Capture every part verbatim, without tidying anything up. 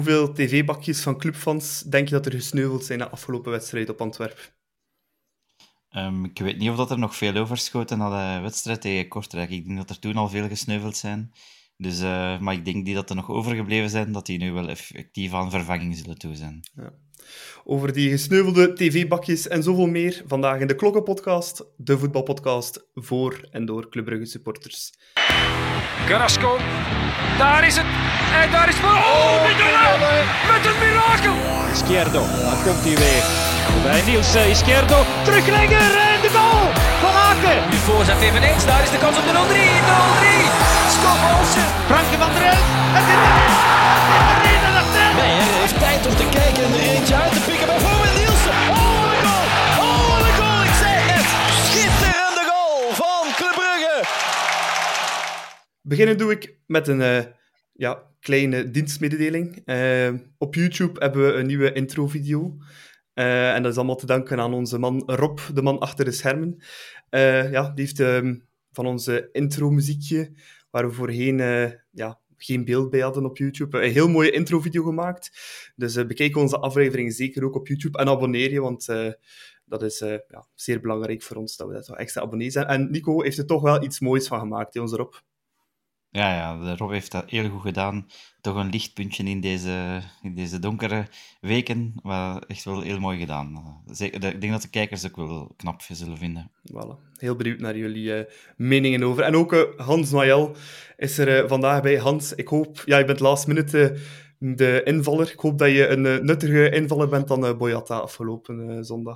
Hoeveel tv-bakjes van clubfans denk je dat er gesneuveld zijn na de afgelopen wedstrijd op Antwerpen? Um, ik weet niet of dat er nog veel overschoten na de wedstrijd tegen Kortrijk. Ik denk dat er toen al veel gesneuveld zijn. Dus, uh, maar ik denk die dat er nog overgebleven zijn, dat die nu wel effectief aan vervanging zullen toe zijn. Ja. Over die gesneuvelde tv-bakjes en zoveel meer vandaag in de Klokkenpodcast, de voetbalpodcast voor en door Club Brugge supporters. Carrasco, daar is het. En daar is het. Oh, Mignolet! Met een mirakel! Izquierdo, daar komt hij weer. Bij Niels uh, Izquierdo, teruglegger en de goal van Aken. Nu voorzet eveneens, daar is de kans op de nul drie. nul drie, Scott Olsen. Frankie van der Elf, het is erin. Het is erin, dat is Nee, hij heeft tijd om te kijken en er eentje uit te pikken. Bijvoorbeeld Nielsen. Oh, wat een goal! Oh, wat een goal! Ik zei het! Schitterende goal van Club Brugge. Beginnen doe ik met een uh, ja, kleine dienstmededeling. Uh, op YouTube hebben we een nieuwe introvideo. Uh, en dat is allemaal te danken aan onze man Rob, de man achter de schermen. Uh, ja, die heeft uh, van onze intro-muziekje, waar we voorheen uh, ja, geen beeld bij hadden op YouTube, een heel mooie intro-video gemaakt. Dus uh, bekijk onze afleveringen zeker ook op YouTube en abonneer je, want uh, dat is uh, ja, zeer belangrijk voor ons, dat we dat toch extra abonnees zijn. En Nico heeft er toch wel iets moois van gemaakt, hè, onze Rob. Ja, ja, de Rob heeft dat heel goed gedaan. Toch een lichtpuntje in deze, in deze donkere weken, maar echt wel heel mooi gedaan. Zeker, ik denk dat de kijkers ook wel knap zullen vinden. Voilà. Heel benieuwd naar jullie uh, meningen over. En ook uh, Hans Noël is er uh, vandaag bij. Hans, ik hoop... Ja, je bent last minute uh, de invaller. Ik hoop dat je een uh, nuttige invaller bent dan uh, Boyata afgelopen uh, zondag.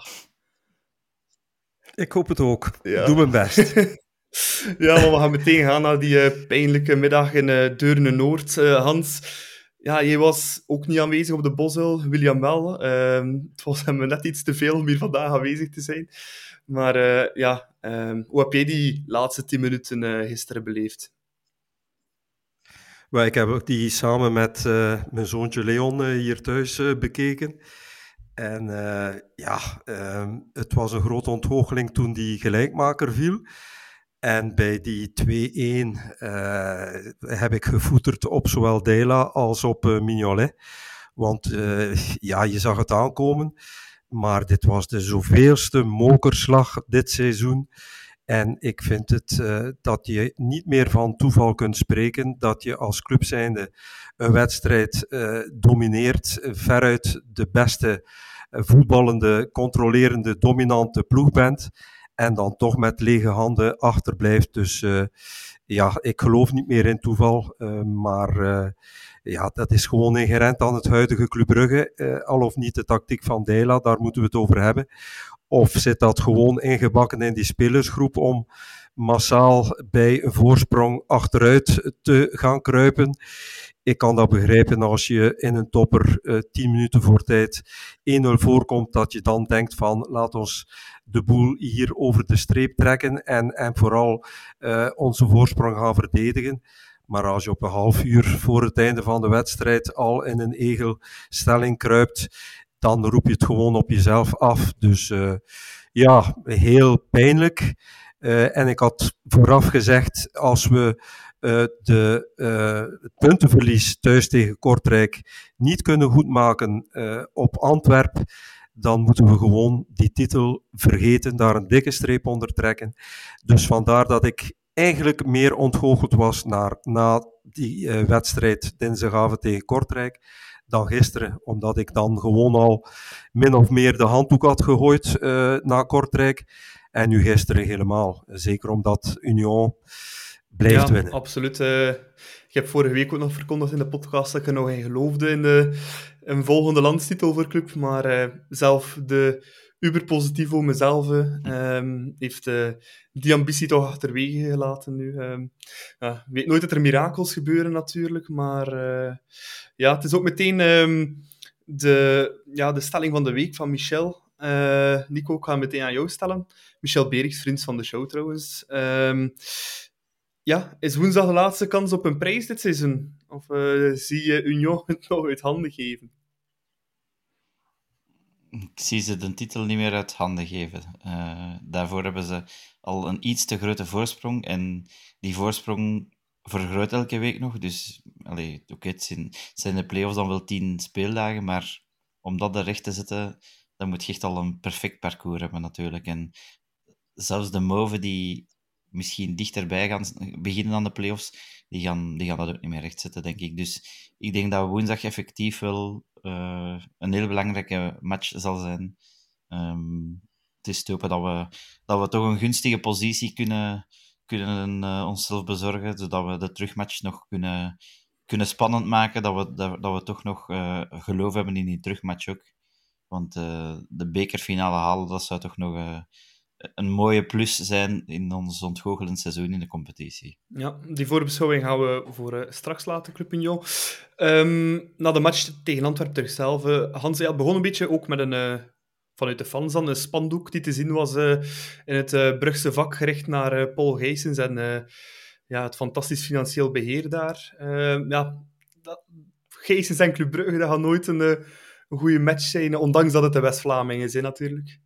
Ik hoop het ook. Ja. Doe mijn best. Ja, maar we gaan meteen gaan naar die uh, pijnlijke middag in uh, Deurne-Noord. Uh, Hans, ja, jij was ook niet aanwezig op de Bosuil, William wel. Uh, het was hem net iets te veel om hier vandaag aanwezig te zijn. Maar uh, ja, uh, hoe heb jij die laatste tien minuten uh, gisteren beleefd? Well, ik heb ook die samen met uh, mijn zoontje Leon uh, hier thuis uh, bekeken. En uh, ja, uh, het was een grote ontgoocheling toen die gelijkmaker viel. En bij die twee-een uh, heb ik gevoeterd op zowel Deila als op uh, Mignolet. Want uh, ja, je zag het aankomen. Maar dit was de zoveelste mokerslag dit seizoen. En ik vind het uh, dat je niet meer van toeval kunt spreken. Dat je als club zijnde een wedstrijd uh, domineert. Veruit de beste uh, voetballende, controlerende, dominante ploeg bent. En dan toch met lege handen achterblijft. Dus uh, ja, ik geloof niet meer in toeval. Uh, maar uh, ja, dat is gewoon inherent aan het huidige Club Brugge. Uh, al of niet de tactiek van Deila, daar moeten we het over hebben. Of zit dat gewoon ingebakken in die spelersgroep om massaal bij een voorsprong achteruit te gaan kruipen? Ik kan dat begrijpen als je in een topper uh, tien minuten voor tijd één nul voorkomt, dat je dan denkt van laat ons de boel hier over de streep trekken en, en vooral uh, onze voorsprong gaan verdedigen. Maar als je op een half uur voor het einde van de wedstrijd al in een egelstelling kruipt, dan roep je het gewoon op jezelf af. Dus uh, ja, heel pijnlijk. Uh, en ik had vooraf gezegd, als we uh, de, uh, het puntenverlies thuis tegen Kortrijk niet kunnen goedmaken uh, op Antwerpen, dan moeten we gewoon die titel vergeten, daar een dikke streep onder trekken. Dus vandaar dat ik eigenlijk meer ontgoocheld was naar, na die uh, wedstrijd dinsdagavond tegen Kortrijk dan gisteren, omdat ik dan gewoon al min of meer de handdoek had gegooid uh, na Kortrijk. En nu gisteren helemaal. Zeker omdat Union blijft ja, winnen. Absoluut. Uh, ik heb vorige week ook nog verkondigd in de podcast dat ik er nog in geloofde in de, een volgende landstitel voor club. Maar uh, zelf de uberpositivo mezelf um, heeft uh, die ambitie toch achterwege gelaten nu. Um, ja, ik weet nooit dat er mirakels gebeuren natuurlijk, maar uh, ja, het is ook meteen um, de, ja, de stelling van de week van Michel. Uh, Nico, ik ga meteen aan jou stellen. Michel Berichs, vriend van de show trouwens. Um, ja, is woensdag de laatste kans op een prijs dit seizoen? Of uh, zie je Union het nog uit handen geven? Ik zie ze de titel niet meer uit handen geven. Uh, daarvoor hebben ze al een iets te grote voorsprong. En die voorsprong vergroot elke week nog. Dus allee, okay, het, zijn, het zijn de play-offs dan wel tien speeldagen, maar om dat er recht te zetten, dan moet je echt al een perfect parcours hebben natuurlijk. En zelfs de Mauve die misschien dichterbij gaan beginnen aan de play-offs, die gaan, die gaan dat ook niet meer rechtzetten, denk ik. Dus ik denk dat woensdag effectief wel uh, een heel belangrijke match zal zijn. Um, het is te hopen dat we, dat we toch een gunstige positie kunnen, kunnen uh, onszelf bezorgen, zodat we de terugmatch nog kunnen, kunnen spannend maken, dat we, dat, dat we toch nog uh, geloof hebben in die terugmatch ook. Want uh, de bekerfinale halen, dat zou toch nog... Uh, een mooie plus zijn in ons ontgoochelend seizoen in de competitie. Ja, die voorbeschouwing gaan we voor uh, straks laten, Club Union. Um, na de match tegen Antwerpen terug zelf. Uh, Hans, ja, het begon een beetje ook met een, uh, vanuit de fans dan, een spandoek die te zien was uh, in het uh, Brugse vak, gericht naar uh, Paul Gijsens en uh, ja, het fantastisch financieel beheer daar. Uh, ja, dat, Gijsens en Club Brugge, dat gaat nooit een, uh, een goede match zijn, ondanks dat het de West-Vlamingen zijn natuurlijk.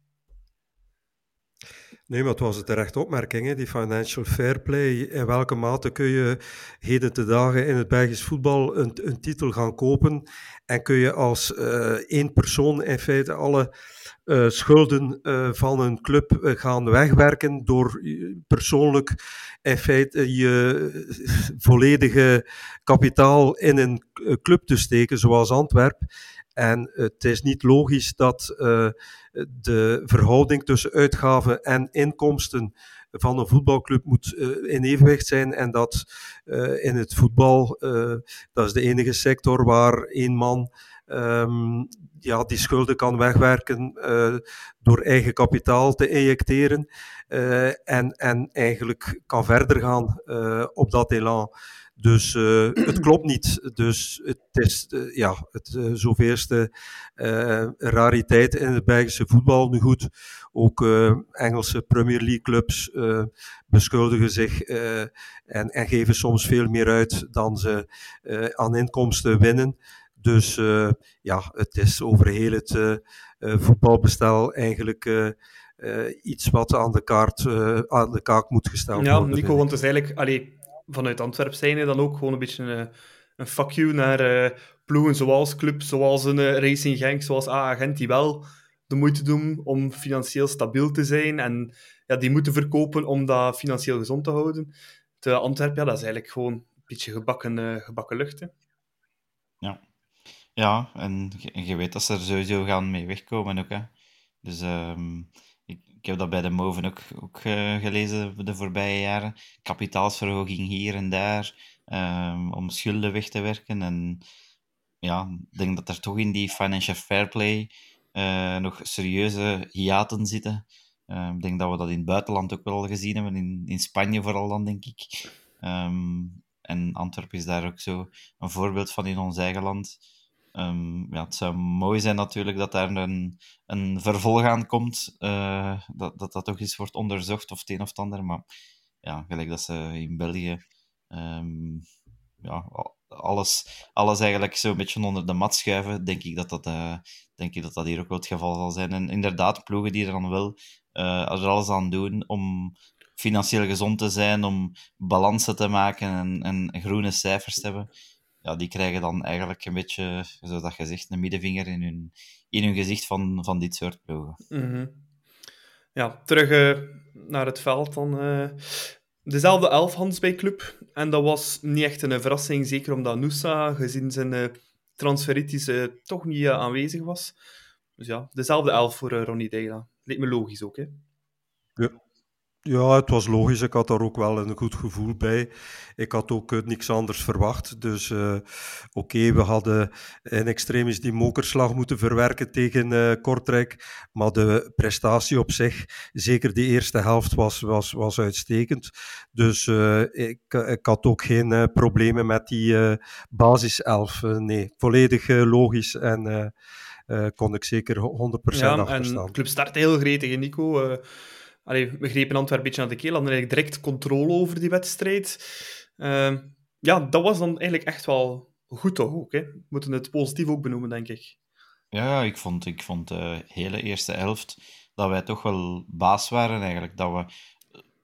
Nee, maar het was een terechte opmerking, hè? Die financial fair play. In welke mate kun je heden te dagen in het Belgisch voetbal een, een titel gaan kopen en kun je als uh, één persoon in feite alle uh, schulden uh, van een club uh, gaan wegwerken door persoonlijk in feite je volledige kapitaal in een club te steken, zoals Antwerpen. En het is niet logisch dat uh, de verhouding tussen uitgaven en inkomsten van een voetbalclub moet uh, in evenwicht zijn. En dat uh, in het voetbal, uh, dat is de enige sector waar één man um, ja, die schulden kan wegwerken uh, door eigen kapitaal te injecteren. Uh, en, en eigenlijk kan verder gaan uh, op dat elan. Dus uh, het klopt niet. Dus het is uh, ja, het uh, zoveelste uh, rariteit in het Belgische voetbal. Nu goed, ook uh, Engelse Premier League clubs uh, beschuldigen zich uh, en, en geven soms veel meer uit dan ze uh, aan inkomsten winnen. Dus uh, ja, het is over heel het uh, uh, voetbalbestel eigenlijk uh, uh, iets wat aan de kaart, uh, aan de kaak moet gesteld ja, worden. Ja, Nico, want het is eigenlijk... Allee, vanuit Antwerpen zijn er dan ook gewoon een beetje een, een fuck you naar uh, ploegen zoals clubs, zoals een uh, Racing Genk, zoals A A Gent, die wel de moeite doen om financieel stabiel te zijn en ja, die moeten verkopen om dat financieel gezond te houden. De Antwerpen, ja, dat is eigenlijk gewoon een beetje gebakken, uh, gebakken lucht. Hè. Ja. Ja, en je, je weet dat ze er sowieso gaan mee wegkomen ook, hè. Dus... Um... Ik heb dat bij de Mauven ook, ook uh, gelezen de voorbije jaren. Kapitaalsverhoging hier en daar, um, om schulden weg te werken. En ja, ik denk dat er toch in die financial fair play uh, nog serieuze hiaten zitten. Uh, ik denk dat we dat in het buitenland ook wel gezien hebben, in, in Spanje vooral dan, denk ik. Um, en Antwerpen is daar ook zo een voorbeeld van in ons eigen land. Um, ja, het zou mooi zijn natuurlijk dat daar een, een vervolg aan komt, uh, dat, dat dat toch eens wordt onderzocht of het een of het ander, maar ja, gelijk dat ze in België um, ja, alles, alles eigenlijk zo'n beetje onder de mat schuiven, denk ik dat dat, uh, denk ik dat dat hier ook wel het geval zal zijn. En inderdaad, ploegen die er dan wel uh, er alles aan doen om financieel gezond te zijn, om balansen te maken en, en groene cijfers te hebben, ja, die krijgen dan eigenlijk een beetje, zoals dat gezegd, een middenvinger in hun, in hun gezicht van, van dit soort ploegen. Mm-hmm. Ja, terug uh, naar het veld dan. Uh, dezelfde elf, Hans, bij club. En dat was niet echt een verrassing, zeker omdat Nusa, gezien zijn uh, transferitis, uh, toch niet uh, aanwezig was. Dus ja, dezelfde elf voor uh, Ronny Deila. Leek me logisch ook, hè? Ja. Ja, het was logisch. Ik had daar ook wel een goed gevoel bij. Ik had ook uh, niks anders verwacht. Dus uh, oké, okay, we hadden in extremis die mokerslag moeten verwerken tegen uh, Kortrijk. Maar de prestatie op zich, zeker de eerste helft, was, was, was uitstekend. Dus uh, ik, ik had ook geen uh, problemen met die uh, basiself. Uh, nee, volledig uh, logisch en... Uh, uh, kon ik zeker honderd procent ja, achter staan. En de club start heel gretig, Nico. Uh, allee, we grepen Antwerpen een beetje aan de keel, hadden eigenlijk direct controle over die wedstrijd. Uh, ja, dat was dan eigenlijk echt wel goed toch ook. Hè? We moeten het positief ook benoemen, denk ik. Ja, ik vond, ik vond de hele eerste helft dat wij toch wel baas waren eigenlijk. Dat we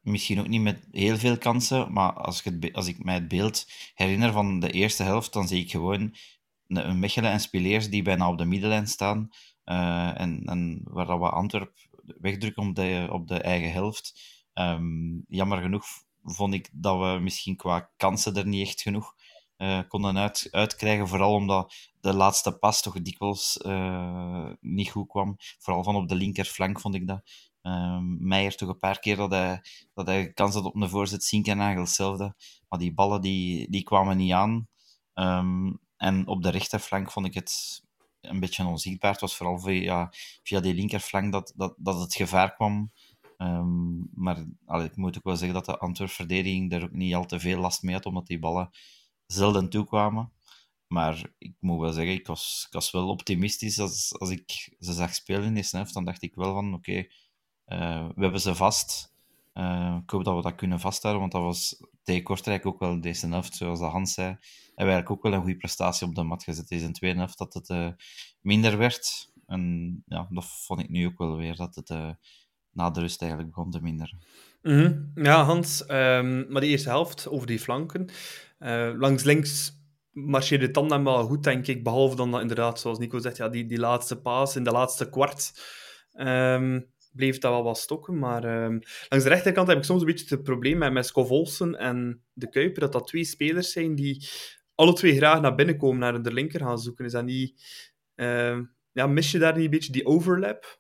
misschien ook niet met heel veel kansen, maar als ik, het be- als ik mij het beeld herinner van de eerste helft, dan zie ik gewoon een een Mechelen en Spileers die bijna op de middenlijn staan eh, en, en waar dat we Antwerp wegdrukken op de, op de eigen helft. Ehm, jammer genoeg vond ik dat we misschien qua kansen er niet echt genoeg eh, konden uit, uitkrijgen, vooral omdat de laatste pas toch dikwijls eh, niet goed kwam. Vooral van op de linkerflank vond ik dat. Um, Meijer toch een paar keer dat hij, dat hij kans had op een voorzet, Zinkernagel hetzelfde. Maar die ballen die, die kwamen niet aan. Um, en op de rechterflank vond ik het een beetje onzichtbaar. Het was vooral via, via die linkerflank dat, dat, dat het gevaar kwam. Um, maar allee, ik moet ook wel zeggen dat de Antwerp-verdediging daar ook niet al te veel last mee had, omdat die ballen zelden toekwamen. Maar ik moet wel zeggen, ik was, ik was wel optimistisch als, als ik ze zag spelen in de eerste helft. Dan dacht ik wel van, oké, okay, uh, we hebben ze vast. Uh, ik hoop dat we dat kunnen vasthouden, want dat was tegen Kortrijk ook wel deze helft, zoals de Hans zei. Hebben we eigenlijk ook wel een goede prestatie op de mat gezet. Het is in de tweede helft dat het uh, minder werd. En ja, dat vond ik nu ook wel weer, dat het uh, na de rust eigenlijk begon te minderen. Mm-hmm. Ja, Hans, um, maar die eerste helft over die flanken. Uh, langs links marcheerde Tandem wel goed, denk ik. Behalve dan dat inderdaad, zoals Nico zegt, ja, die, die laatste paas in de laatste kwart um, bleef dat wel wat stokken. Maar um, langs de rechterkant heb ik soms een beetje het probleem met, met Skov Olsen en De Kuiper, dat dat twee spelers zijn die alle twee graag naar binnen komen, naar de linker gaan zoeken. Is dat niet... Uh, ja, mis je daar niet een beetje die overlap?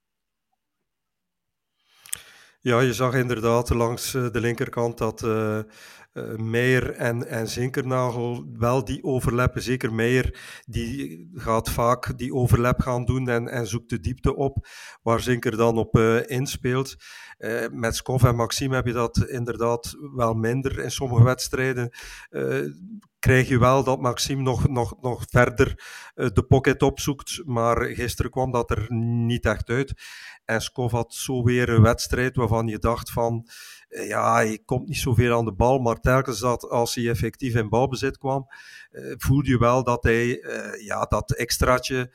Ja, je zag inderdaad langs de linkerkant dat uh, uh, Meijer en, en Zinkernagel wel die overlappen. Zeker Meijer, die gaat vaak die overlap gaan doen en, en zoekt de diepte op, waar Zinker dan op uh, inspeelt. Uh, met Skov en Maxime heb je dat inderdaad wel minder in sommige wedstrijden. Uh, krijg je wel dat Maxime nog, nog, nog verder uh, de pocket opzoekt, maar gisteren kwam dat er niet echt uit. En Skov had zo weer een wedstrijd waarvan je dacht van, ja, hij komt niet zoveel aan de bal, maar telkens dat als hij effectief in balbezit kwam, uh, voelde je wel dat hij, uh, ja, dat extraatje,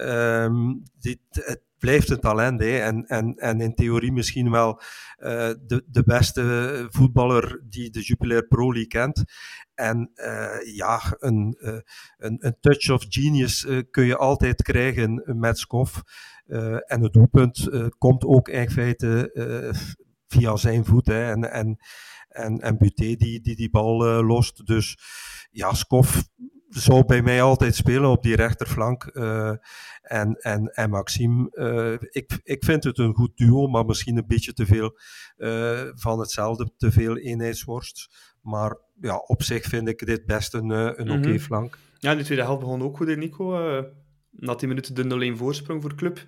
um, dit, het blijft een talent, hè, en, en, en in theorie misschien wel uh, de, de beste voetballer die de Jupiler Pro League kent. En uh, ja, een, uh, een, een touch of genius uh, kun je altijd krijgen met Skov. Uh, en het doelpunt uh, komt ook in feite uh, via zijn voet. Hè, en, en, en, en Buté die, die die bal uh, lost. Dus ja, Skov zou bij mij altijd spelen op die rechterflank. Uh, en, en, en Maxime, uh, ik, ik vind het een goed duo, maar misschien een beetje te veel uh, van hetzelfde, te veel eenheidsworst. Maar ja, op zich vind ik dit best een, een oké mm-hmm. flank. Ja, de tweede helft begon ook goed, hè, Nico. Uh, na tien minuten de nul-een voorsprong voor club.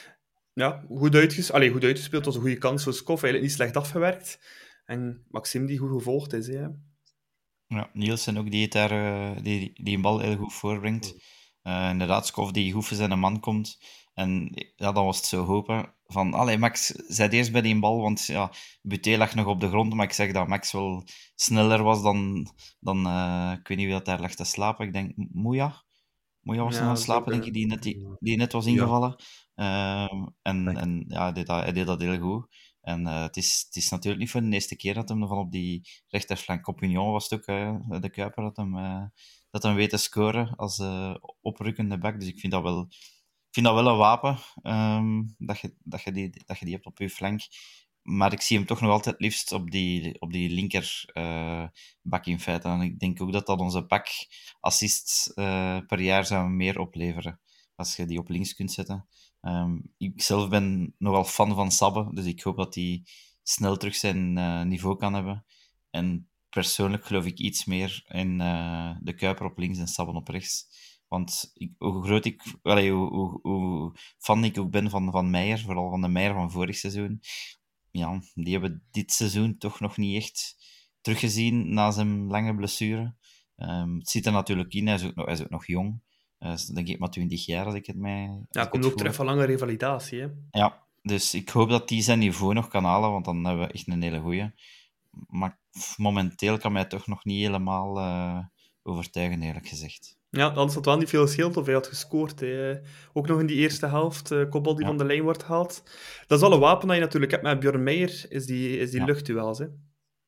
Ja, goed, uitges- Allee, goed uitgespeeld. Het was een goede kans voor Skov. Eigenlijk niet slecht afgewerkt. En Maxime die goed gevolgd is. Hè. Ja, Nielsen ook, die, het daar, uh, die, die een bal heel goed voorbrengt. Uh, inderdaad, Skov die goed voor zijn man komt. En ja, dan was het zo hopen van, allee, Max, zet eerst bij die bal, want ja, Buté lag nog op de grond, maar ik zeg dat Max wel sneller was dan, dan uh, ik weet niet wie dat daar lag te slapen. Ik denk, Moeja? Moeja was ja, nog aan het slapen, denk ik, die net, die, die net was ingevallen. Ja. Uh, en, en ja, hij deed, dat, hij deed dat heel goed. En uh, het, is, het is natuurlijk niet voor de eerste keer dat hem van op die rechterflank Compagnon was het ook, uh, de Kuiper, dat hem, uh, dat hem weet te scoren als uh, oprukkende back. Dus ik vind dat wel, ik vind dat wel een wapen, um, dat, je, dat, je die, dat je die hebt op je flank. Maar ik zie hem toch nog altijd liefst op die, op die linker uh, bak in feite. En ik denk ook dat dat onze pak assists uh, per jaar zou meer opleveren. Als je die op links kunt zetten. Um, ik zelf ben nogal fan van Sabbe, dus ik hoop dat hij snel terug zijn uh, niveau kan hebben. En persoonlijk geloof ik iets meer in uh, de Kuiper op links en Sabbe op rechts. Want ik, hoe groot ik, allee, hoe, hoe, hoe fan ik ook ben van, van Meijer, vooral van de Meijer van vorig seizoen, ja, die hebben dit seizoen toch nog niet echt teruggezien na zijn lange blessure. Um, het zit er natuurlijk in, hij is ook nog, hij is ook nog jong. Uh, is denk ik maar twintig jaar, als ik het mij... Ja, komt ook terug van lange revalidatie, hè? Ja, dus ik hoop dat hij zijn niveau nog kan halen, want dan hebben we echt een hele goeie. Maar momenteel kan mij toch nog niet helemaal uh, overtuigen, eerlijk gezegd. Ja, anders had wel niet veel gescheeld of hij had gescoord. Hè. Ook nog in die eerste helft, uh, kopbal die Ja. van de lijn wordt gehaald. Dat is al een wapen dat je natuurlijk hebt met Björn Meijer, is die, is die Ja. luchtduels. Hè.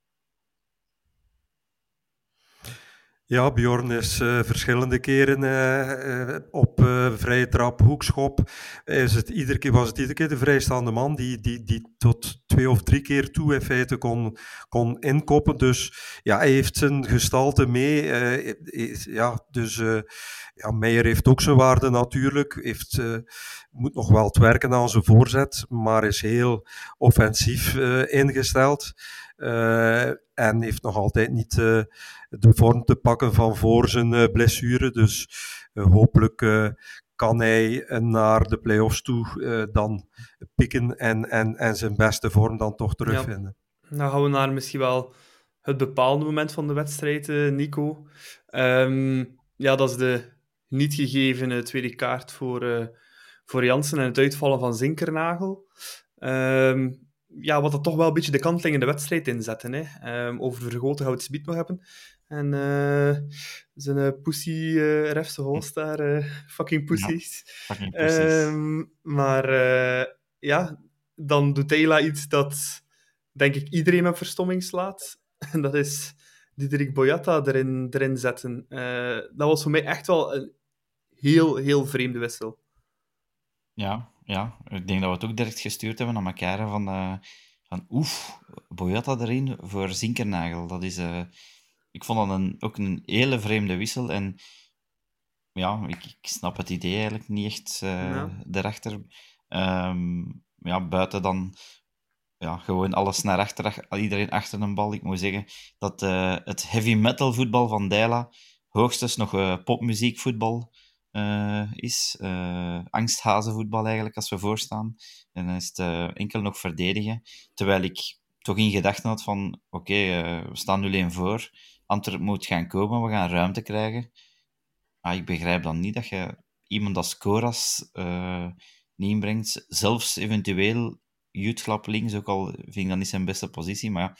Ja, Bjorn is uh, verschillende keren uh, uh, op uh, vrije trap, hoekschop. Is het, iedere keer, was het iedere keer de vrijstaande man die, die, die tot twee of drie keer toe in feite kon, kon inkoppen. Dus ja, hij heeft zijn gestalte mee. Uh, is, ja, dus uh, ja, Meijer heeft ook zijn waarde natuurlijk. Heeft, uh, moet nog wel het werken aan zijn voorzet, maar is heel offensief uh, ingesteld. Uh, en heeft nog altijd niet uh, de vorm te pakken van voor zijn uh, blessure. Dus uh, hopelijk uh, kan hij uh, naar de play-offs toe uh, dan pikken en, en, en zijn beste vorm dan toch terugvinden. Ja. Dan gaan we naar misschien wel het bepalende moment van de wedstrijd, uh, Nico. Um, ja, dat is de niet gegeven uh, tweede kaart voor, uh, voor Jansen en het uitvallen van Zinkernagel. Um, Ja, wat dat toch wel een beetje de kanteling in de wedstrijd inzetten. Hè. Um, over Vergoten gaan we het subiet nog hebben. En uh, zijn uh, pussy uh, refs, zoals daar, uh, fucking pussies. Ja, fucking pussies. Um, maar uh, ja, dan doet Taylor iets dat, denk ik, iedereen met verstomming slaat. En dat is Diederik Boyata erin, erin zetten. Uh, dat was voor mij echt wel een heel, heel vreemde wissel. Ja, ja, ik denk dat we het ook direct gestuurd hebben aan elkaar van, uh, van oef, Boyata erin voor Zinkernagel. Dat is, uh, ik vond dat een, ook een hele vreemde wissel en ja, ik, ik snap het idee eigenlijk niet echt uh, ja. daarachter. Um, ja, buiten dan ja, gewoon alles naar achter, iedereen achter een bal. Ik moet zeggen dat uh, het heavy metal voetbal van Deila hoogstens nog uh, popmuziekvoetbal Uh, is. Uh, angsthazenvoetbal eigenlijk, als we voorstaan. En dan is het uh, enkel nog verdedigen. Terwijl ik toch in gedachten had van oké, okay, uh, we staan nu één voor. Antwerp moet gaan komen, we gaan ruimte krijgen. Ah, ik begrijp dan niet dat je iemand als Koras uh, niet inbrengt. Zelfs eventueel Jutglap links, ook al vind ik dat niet zijn beste positie, maar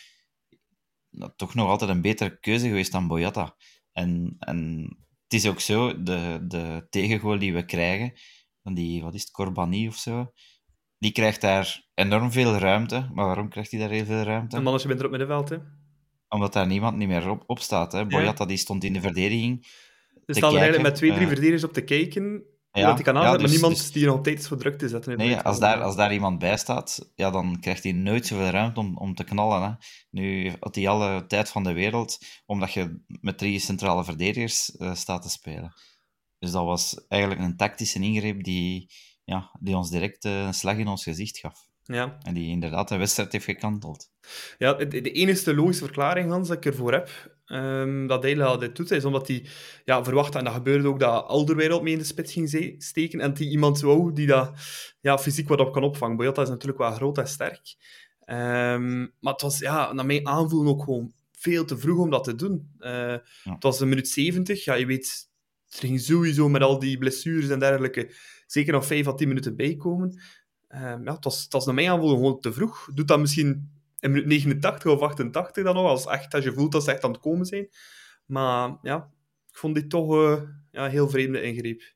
ja, toch nog altijd een betere keuze geweest dan Boyata. En... en het is ook zo, de, de tegengoal die we krijgen, van die, wat is het, Corbani of zo, die krijgt daar enorm veel ruimte. Maar waarom krijgt hij daar heel veel ruimte? Een mannetje minder op middenveld, hè? Omdat daar niemand niet meer op, op staat. Hè. Boyata, ja. Die stond in de verdediging. Er staan er eigenlijk met twee, drie uh, verdedigers op te kijken, ja, dat hij kan aanzetten, ja, dus, maar niemand dus, die nog op tijd is voor druk te zetten. Nee, als daar, als daar iemand bij staat, ja, dan krijgt hij nooit zoveel ruimte om, om te knallen. Hè. Nu had hij alle tijd van de wereld, omdat je met drie centrale verdedigers uh, staat te spelen. Dus dat was eigenlijk een tactische ingreep die, ja, die ons direct uh, een slag in ons gezicht gaf. Ja. En die inderdaad de wedstrijd heeft gekanteld. Ja, de, de enige logische verklaring, Hans, dat ik ervoor heb, um, dat Deila dit doet, is omdat hij ja, verwacht, en dat gebeurde ook, dat Alderweireld mee in de spits ging ze- steken, en die iemand wou die dat ja, fysiek wat op kan opvangen. Boyata is natuurlijk wel groot en sterk. Um, maar het was, ja, naar mijn aanvoelen ook gewoon veel te vroeg om dat te doen. Uh, ja. Het was een minuut zeventig. Ja, je weet, er ging sowieso met al die blessures en dergelijke zeker nog vijf à tien minuten bijkomen. Um, ja, het was, het was naar mijn aanvoelen gewoon te vroeg. Doet dat misschien in minuut negenentachtig of achtentachtig dan nog, als, echt, als je voelt dat ze echt aan het komen zijn. Maar ja, ik vond dit toch uh, ja, een heel vreemde ingreep.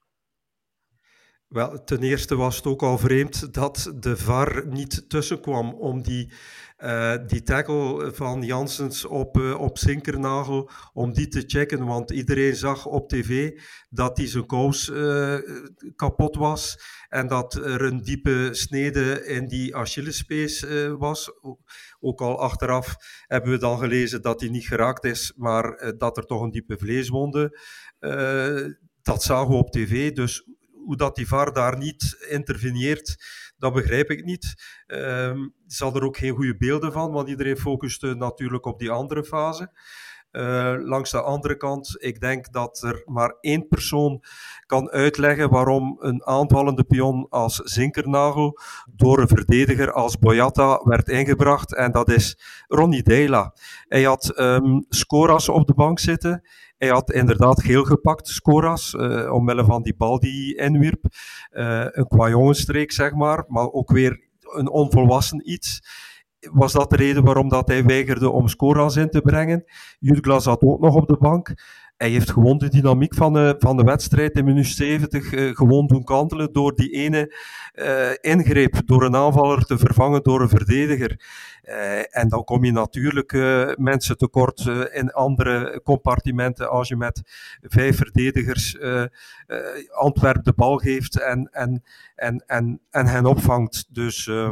Wel, ten eerste was het ook al vreemd dat de V A R niet tussenkwam om die, uh, die tackle van Janssens op, uh, op Zinkernagel, om die te checken. Want iedereen zag op tv dat die zijn kous uh, kapot was en dat er een diepe snede in die Achillespees uh, was. Ook al achteraf hebben we dan gelezen dat hij niet geraakt is, maar uh, dat er toch een diepe vleeswonde, uh, dat zagen we op tv. Dus hoe dat die V A R daar niet interveneert, dat begrijp ik niet. Um, ze hadden er ook geen goede beelden van, want iedereen focuste natuurlijk op die andere fase. Uh, langs de andere kant, ik denk dat er maar één persoon kan uitleggen waarom een aanvallende pion als Zinkernagel door een verdediger als Boyata werd ingebracht, en dat is Ronny Deila. Hij had um, Skoras op de bank zitten. Hij had inderdaad geel gepakt, Skoras, uh, omwille van die bal die hij inwierp. Uh, een kwajongenstreek, zeg maar, maar ook weer een onvolwassen iets. Was dat de reden waarom dat hij weigerde om Skoras in te brengen? Jutgla zat ook nog op de bank. hij heeft gewoon de dynamiek van de, van de wedstrijd in minuut zeventig uh, gewoon doen kantelen door die ene uh, ingreep, door een aanvaller te vervangen door een verdediger. Uh, en dan kom je natuurlijk uh, mensen tekort uh, in andere compartimenten als je met vijf verdedigers uh, uh, Antwerp de bal geeft en, en, en, en, en hen opvangt. Dus uh,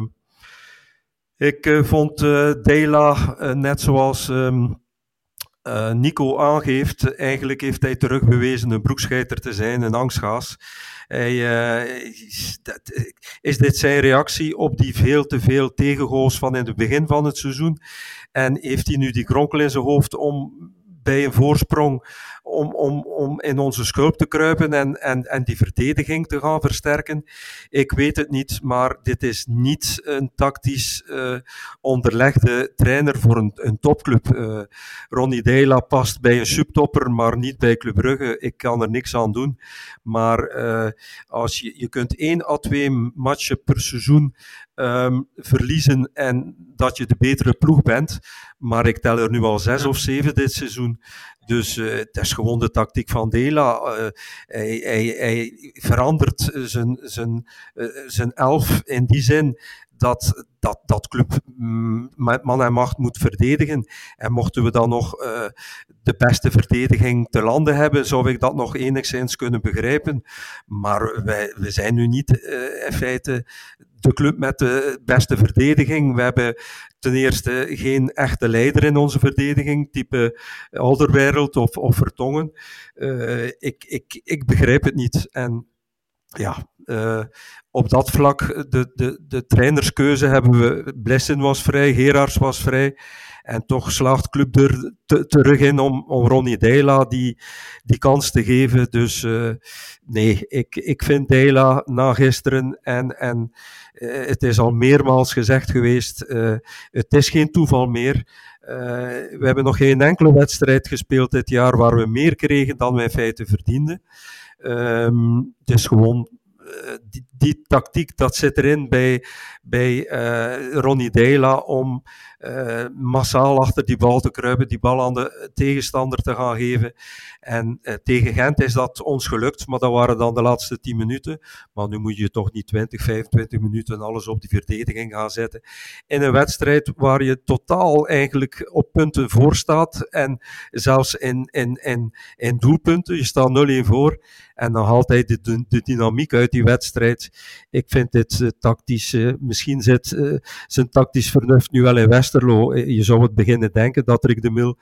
ik uh, vond uh, Deila, uh, net zoals um, uh, Nico aangeeft, eigenlijk heeft hij terugbewezen een broekscheiter te zijn, een angstgaas. Hij, uh, is, dat, is dit zijn reactie op die veel te veel tegengoals van in het begin van het seizoen? En heeft hij nu die kronkel in zijn hoofd om bij een voorsprong om, om, om in onze schulp te kruipen en, en, en die verdediging te gaan versterken? Ik weet het niet, maar dit is niet een tactisch uh, onderlegde trainer voor een, een topclub. Uh, Ronny Deila past bij een subtopper, maar niet bij Club Brugge. Ik kan er niks aan doen. Maar uh, als je, je kunt één à twee matchen per seizoen Um, verliezen en dat je de betere ploeg bent. Maar ik tel er nu al zes of zeven dit seizoen. Dus uh, het is gewoon de tactiek van Deila. Uh, hij, hij, hij verandert zijn, zijn, uh, zijn elf in die zin dat, dat, dat club mm, met man en macht moet verdedigen. En mochten we dan nog uh, de beste verdediging te landen hebben, zou ik dat nog enigszins kunnen begrijpen. Maar wij, we zijn nu niet uh, in feite de club met de beste verdediging. We hebben ten eerste geen echte leider in onze verdediging, type Alderweireld of, of Vertongen. Uh, ik, ik, ik begrijp het niet. En ja, uh, op dat vlak, de, de, de trainerskeuze hebben we... Blessen was vrij, Gerards was vrij. En toch slaagt Club er te, terug in om, om Ronny Deila die, die kans te geven. Dus uh, nee, ik, ik vind Deila na gisteren en, en uh, het is al meermaals gezegd geweest, uh, het is geen toeval meer. Uh, we hebben nog geen enkele wedstrijd gespeeld dit jaar waar we meer kregen dan we in feite verdienden. Um, het is gewoon uh, die, die tactiek, dat zit erin bij, bij uh, Ronny Deila om uh, massaal achter die bal te kruipen, die bal aan de tegenstander te gaan geven. En uh, tegen Gent is dat ons gelukt, maar dat waren dan de laatste tien minuten. Maar nu moet je toch niet twintig, vijfentwintig minuten alles op die verdediging gaan zetten. In een wedstrijd waar je totaal eigenlijk op punten voor staat en zelfs in, in, in, in doelpunten, je staat nul-een voor. En dan haalt hij de, de, de dynamiek uit die wedstrijd. Ik vind dit uh, tactisch, uh, misschien zit uh, zijn tactisch vernuft nu wel in Westerlo. Je zou het beginnen denken dat Rick de Mil uh,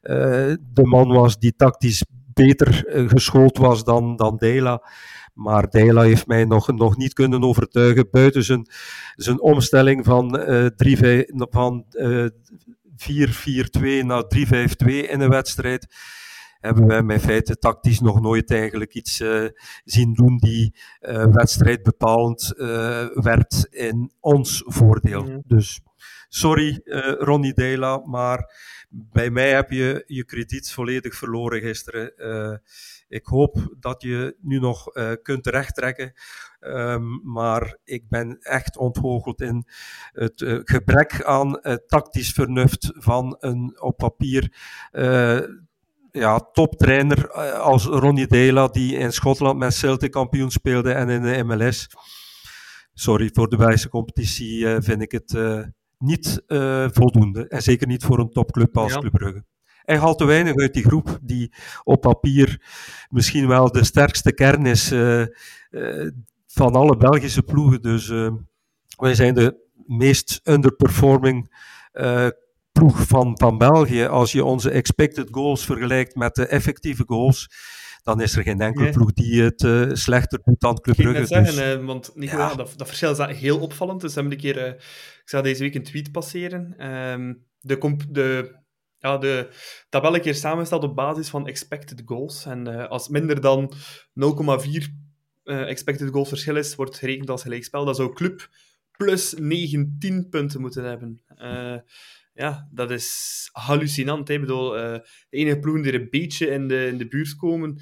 de man was die tactisch beter uh, geschoold was dan, dan Deila. Maar Deila heeft mij nog, nog niet kunnen overtuigen buiten zijn, zijn omstelling van, uh, drie, van uh, vier vier twee naar drie vijf twee in een wedstrijd. Hebben wij in feite tactisch nog nooit eigenlijk iets uh, zien doen die uh, wedstrijdbepalend uh, werd in ons voordeel. Mm. Dus sorry uh, Ronny Deila, maar bij mij heb je je krediet volledig verloren gisteren. Uh, ik hoop dat je nu nog uh, kunt terechttrekken. Um, maar ik ben echt ontgoocheld in het uh, gebrek aan uh, tactisch vernuft van een op papier uh, ja, toptrainer als Ronny Deila, die in Schotland met Celtic kampioen speelde en in de M L S. Sorry, voor de Belgische competitie uh, vind ik het uh, niet uh, voldoende. En zeker niet voor een topclub als ja. Club Brugge. Hij haalt te weinig uit die groep, die op papier misschien wel de sterkste kern is uh, uh, van alle Belgische ploegen. Dus uh, wij zijn de meest underperforming uh, ploeg van, van België. Als je onze expected goals vergelijkt met de effectieve goals, dan is er geen enkele nee. ploeg die het uh, slechter doet dan Club Brugge. Ik ga net zeggen, dus, uh, want Nico, ja. dat, dat verschil is heel opvallend. Dus we hebben een keer, uh, ik zag deze week een tweet passeren. Um, de, comp- de, ja, de tabel een keer samengesteld op basis van expected goals. En uh, als minder dan nul komma vier uh, expected goals verschil is, wordt gerekend als gelijkspel. Dat zou Club plus negentien punten moeten hebben. Uh, Ja, dat is hallucinant. Hè? Ik bedoel, uh, de enige ploegen die er een beetje in de, in de buurt komen...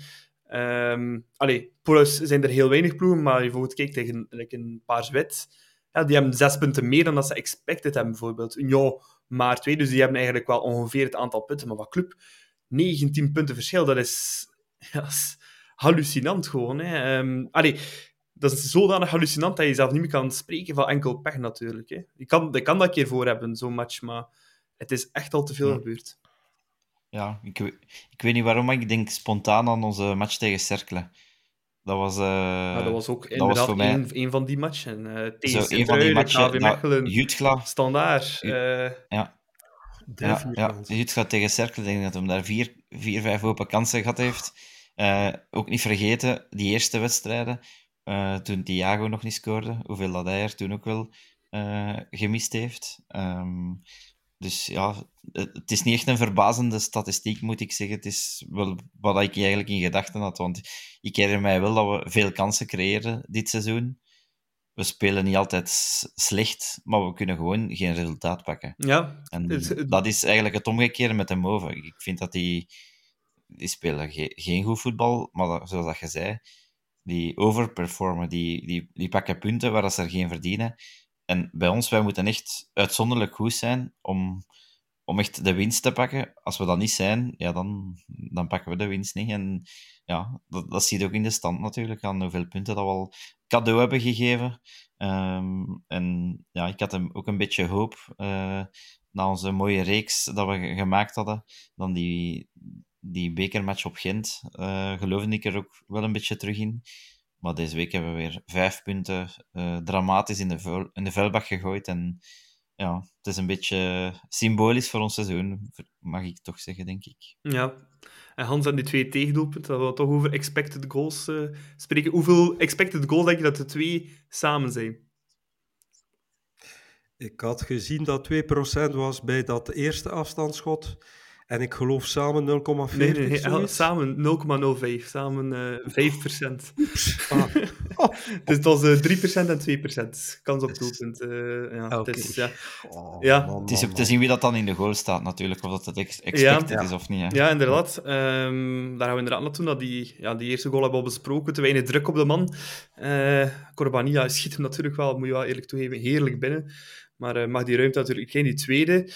Um, allee, plus zijn er heel weinig ploegen, maar je bijvoorbeeld kijkt tegen like een Paars-Wit, ja, die hebben zes punten meer dan dat ze expected hebben, bijvoorbeeld. Union maar twee, dus die hebben eigenlijk wel ongeveer het aantal punten. Maar wat Club, negentien punten verschil, dat is, ja, dat is hallucinant gewoon. Hè. Um, allee, dat is zodanig hallucinant dat je zelf niet meer kan spreken van enkel pech natuurlijk. Hè. Je, kan, je kan dat een keer voor hebben, zo'n match, maar het is echt al te veel Ja. gebeurd. Ja, ik, we- ik weet niet waarom, maar ik denk spontaan aan onze match tegen Cercle. Dat was, eh, Ja, dat was ook dat was inderdaad voor mij een, een van die matchen. Uh, zo tegen een van die Sint-Truiden, matchen. K V Dat Mechelen, Jutgla, Standaard. Ju- Uh, ja, De ja, vier ja, kansen. Jutgla tegen Cercle, ik denk dat hij daar vier, vier, vijf open kansen gehad heeft. Eh, ook niet vergeten, die eerste wedstrijden, eh, toen Thiago nog niet scoorde, hoeveel dat hij er toen ook wel eh, gemist heeft. Ehm, dus ja, het het is niet echt een verbazende statistiek, moet ik zeggen. Het is wel wat ik eigenlijk in gedachten had, want ik herinner mij wel dat we veel kansen creëren dit seizoen. We spelen niet altijd s- slecht, maar we kunnen gewoon geen resultaat pakken. ja, En het, het- dat is eigenlijk het omgekeerde met de Move. Ik vind dat die, die spelen ge- geen goed voetbal, maar dat- zoals dat je zei, die overperformen, die, die, die pakken punten waar dat ze er geen verdienen. En bij ons, wij moeten echt uitzonderlijk goed zijn om, om echt de winst te pakken. Als we dat niet zijn, ja, dan, dan pakken we de winst niet. En ja, dat, dat zie je ook in de stand natuurlijk, aan hoeveel punten dat we al cadeau hebben gegeven. Ehm, en ja, ik had hem ook een beetje hoop eh, na onze mooie reeks dat we ge- gemaakt hadden. Dan die, die bekermatch op Gent, eh geloofde ik er ook wel een beetje terug in. Maar deze week hebben we weer vijf punten eh, dramatisch in de, vuil, in de vuilbak gegooid. En ja, het is een beetje symbolisch voor ons seizoen, mag ik toch zeggen, denk ik. ja. En Hans en die twee tegendoelpunten, dat we toch over expected goals uh, spreken. Hoeveel expected goals denk je dat de twee samen zijn? Ik had gezien dat twee procent was bij dat eerste afstandsschot. En ik geloof samen nul komma veertig. Nee, nee, nee, zoiets. samen nul komma nul vijf. Samen uh, vijf procent. Ah. Dus het was uh, drie procent en twee procent. Kans op doelpunt. Uh, ja, Oké. het is, ja. Oh, Ja. man, Het is man, ook te man. zien wie dat dan in de goal staat, natuurlijk. Of dat het ex- expected Ja. is of niet. Hè. Ja, inderdaad. Um, daar gaan we inderdaad naartoe. Dat die, ja, die eerste goal hebben we al besproken. Te weinig druk op de man. Uh, Corbania schiet hem natuurlijk wel, moet je wel eerlijk toegeven, heerlijk binnen. Maar uh, mag die ruimte natuurlijk krijgen. Die tweede,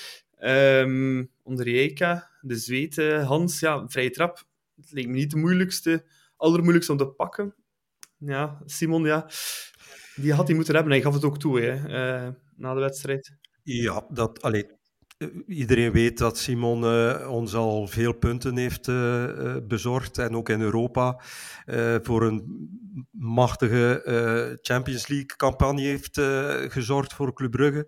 um, onder Rijka, de Zweed, uh, Hans, ja, vrije trap. Het leek me niet de moeilijkste, allermoeilijkste om te pakken. Ja, Simon, ja, die had hij moeten hebben. En hij gaf het ook toe, hè, uh, na de wedstrijd. Ja, dat, allee, iedereen weet dat Simon uh, ons al veel punten heeft uh, uh, bezorgd. En ook in Europa uh, voor een machtige uh, Champions League campagne heeft uh, gezorgd voor Club Brugge.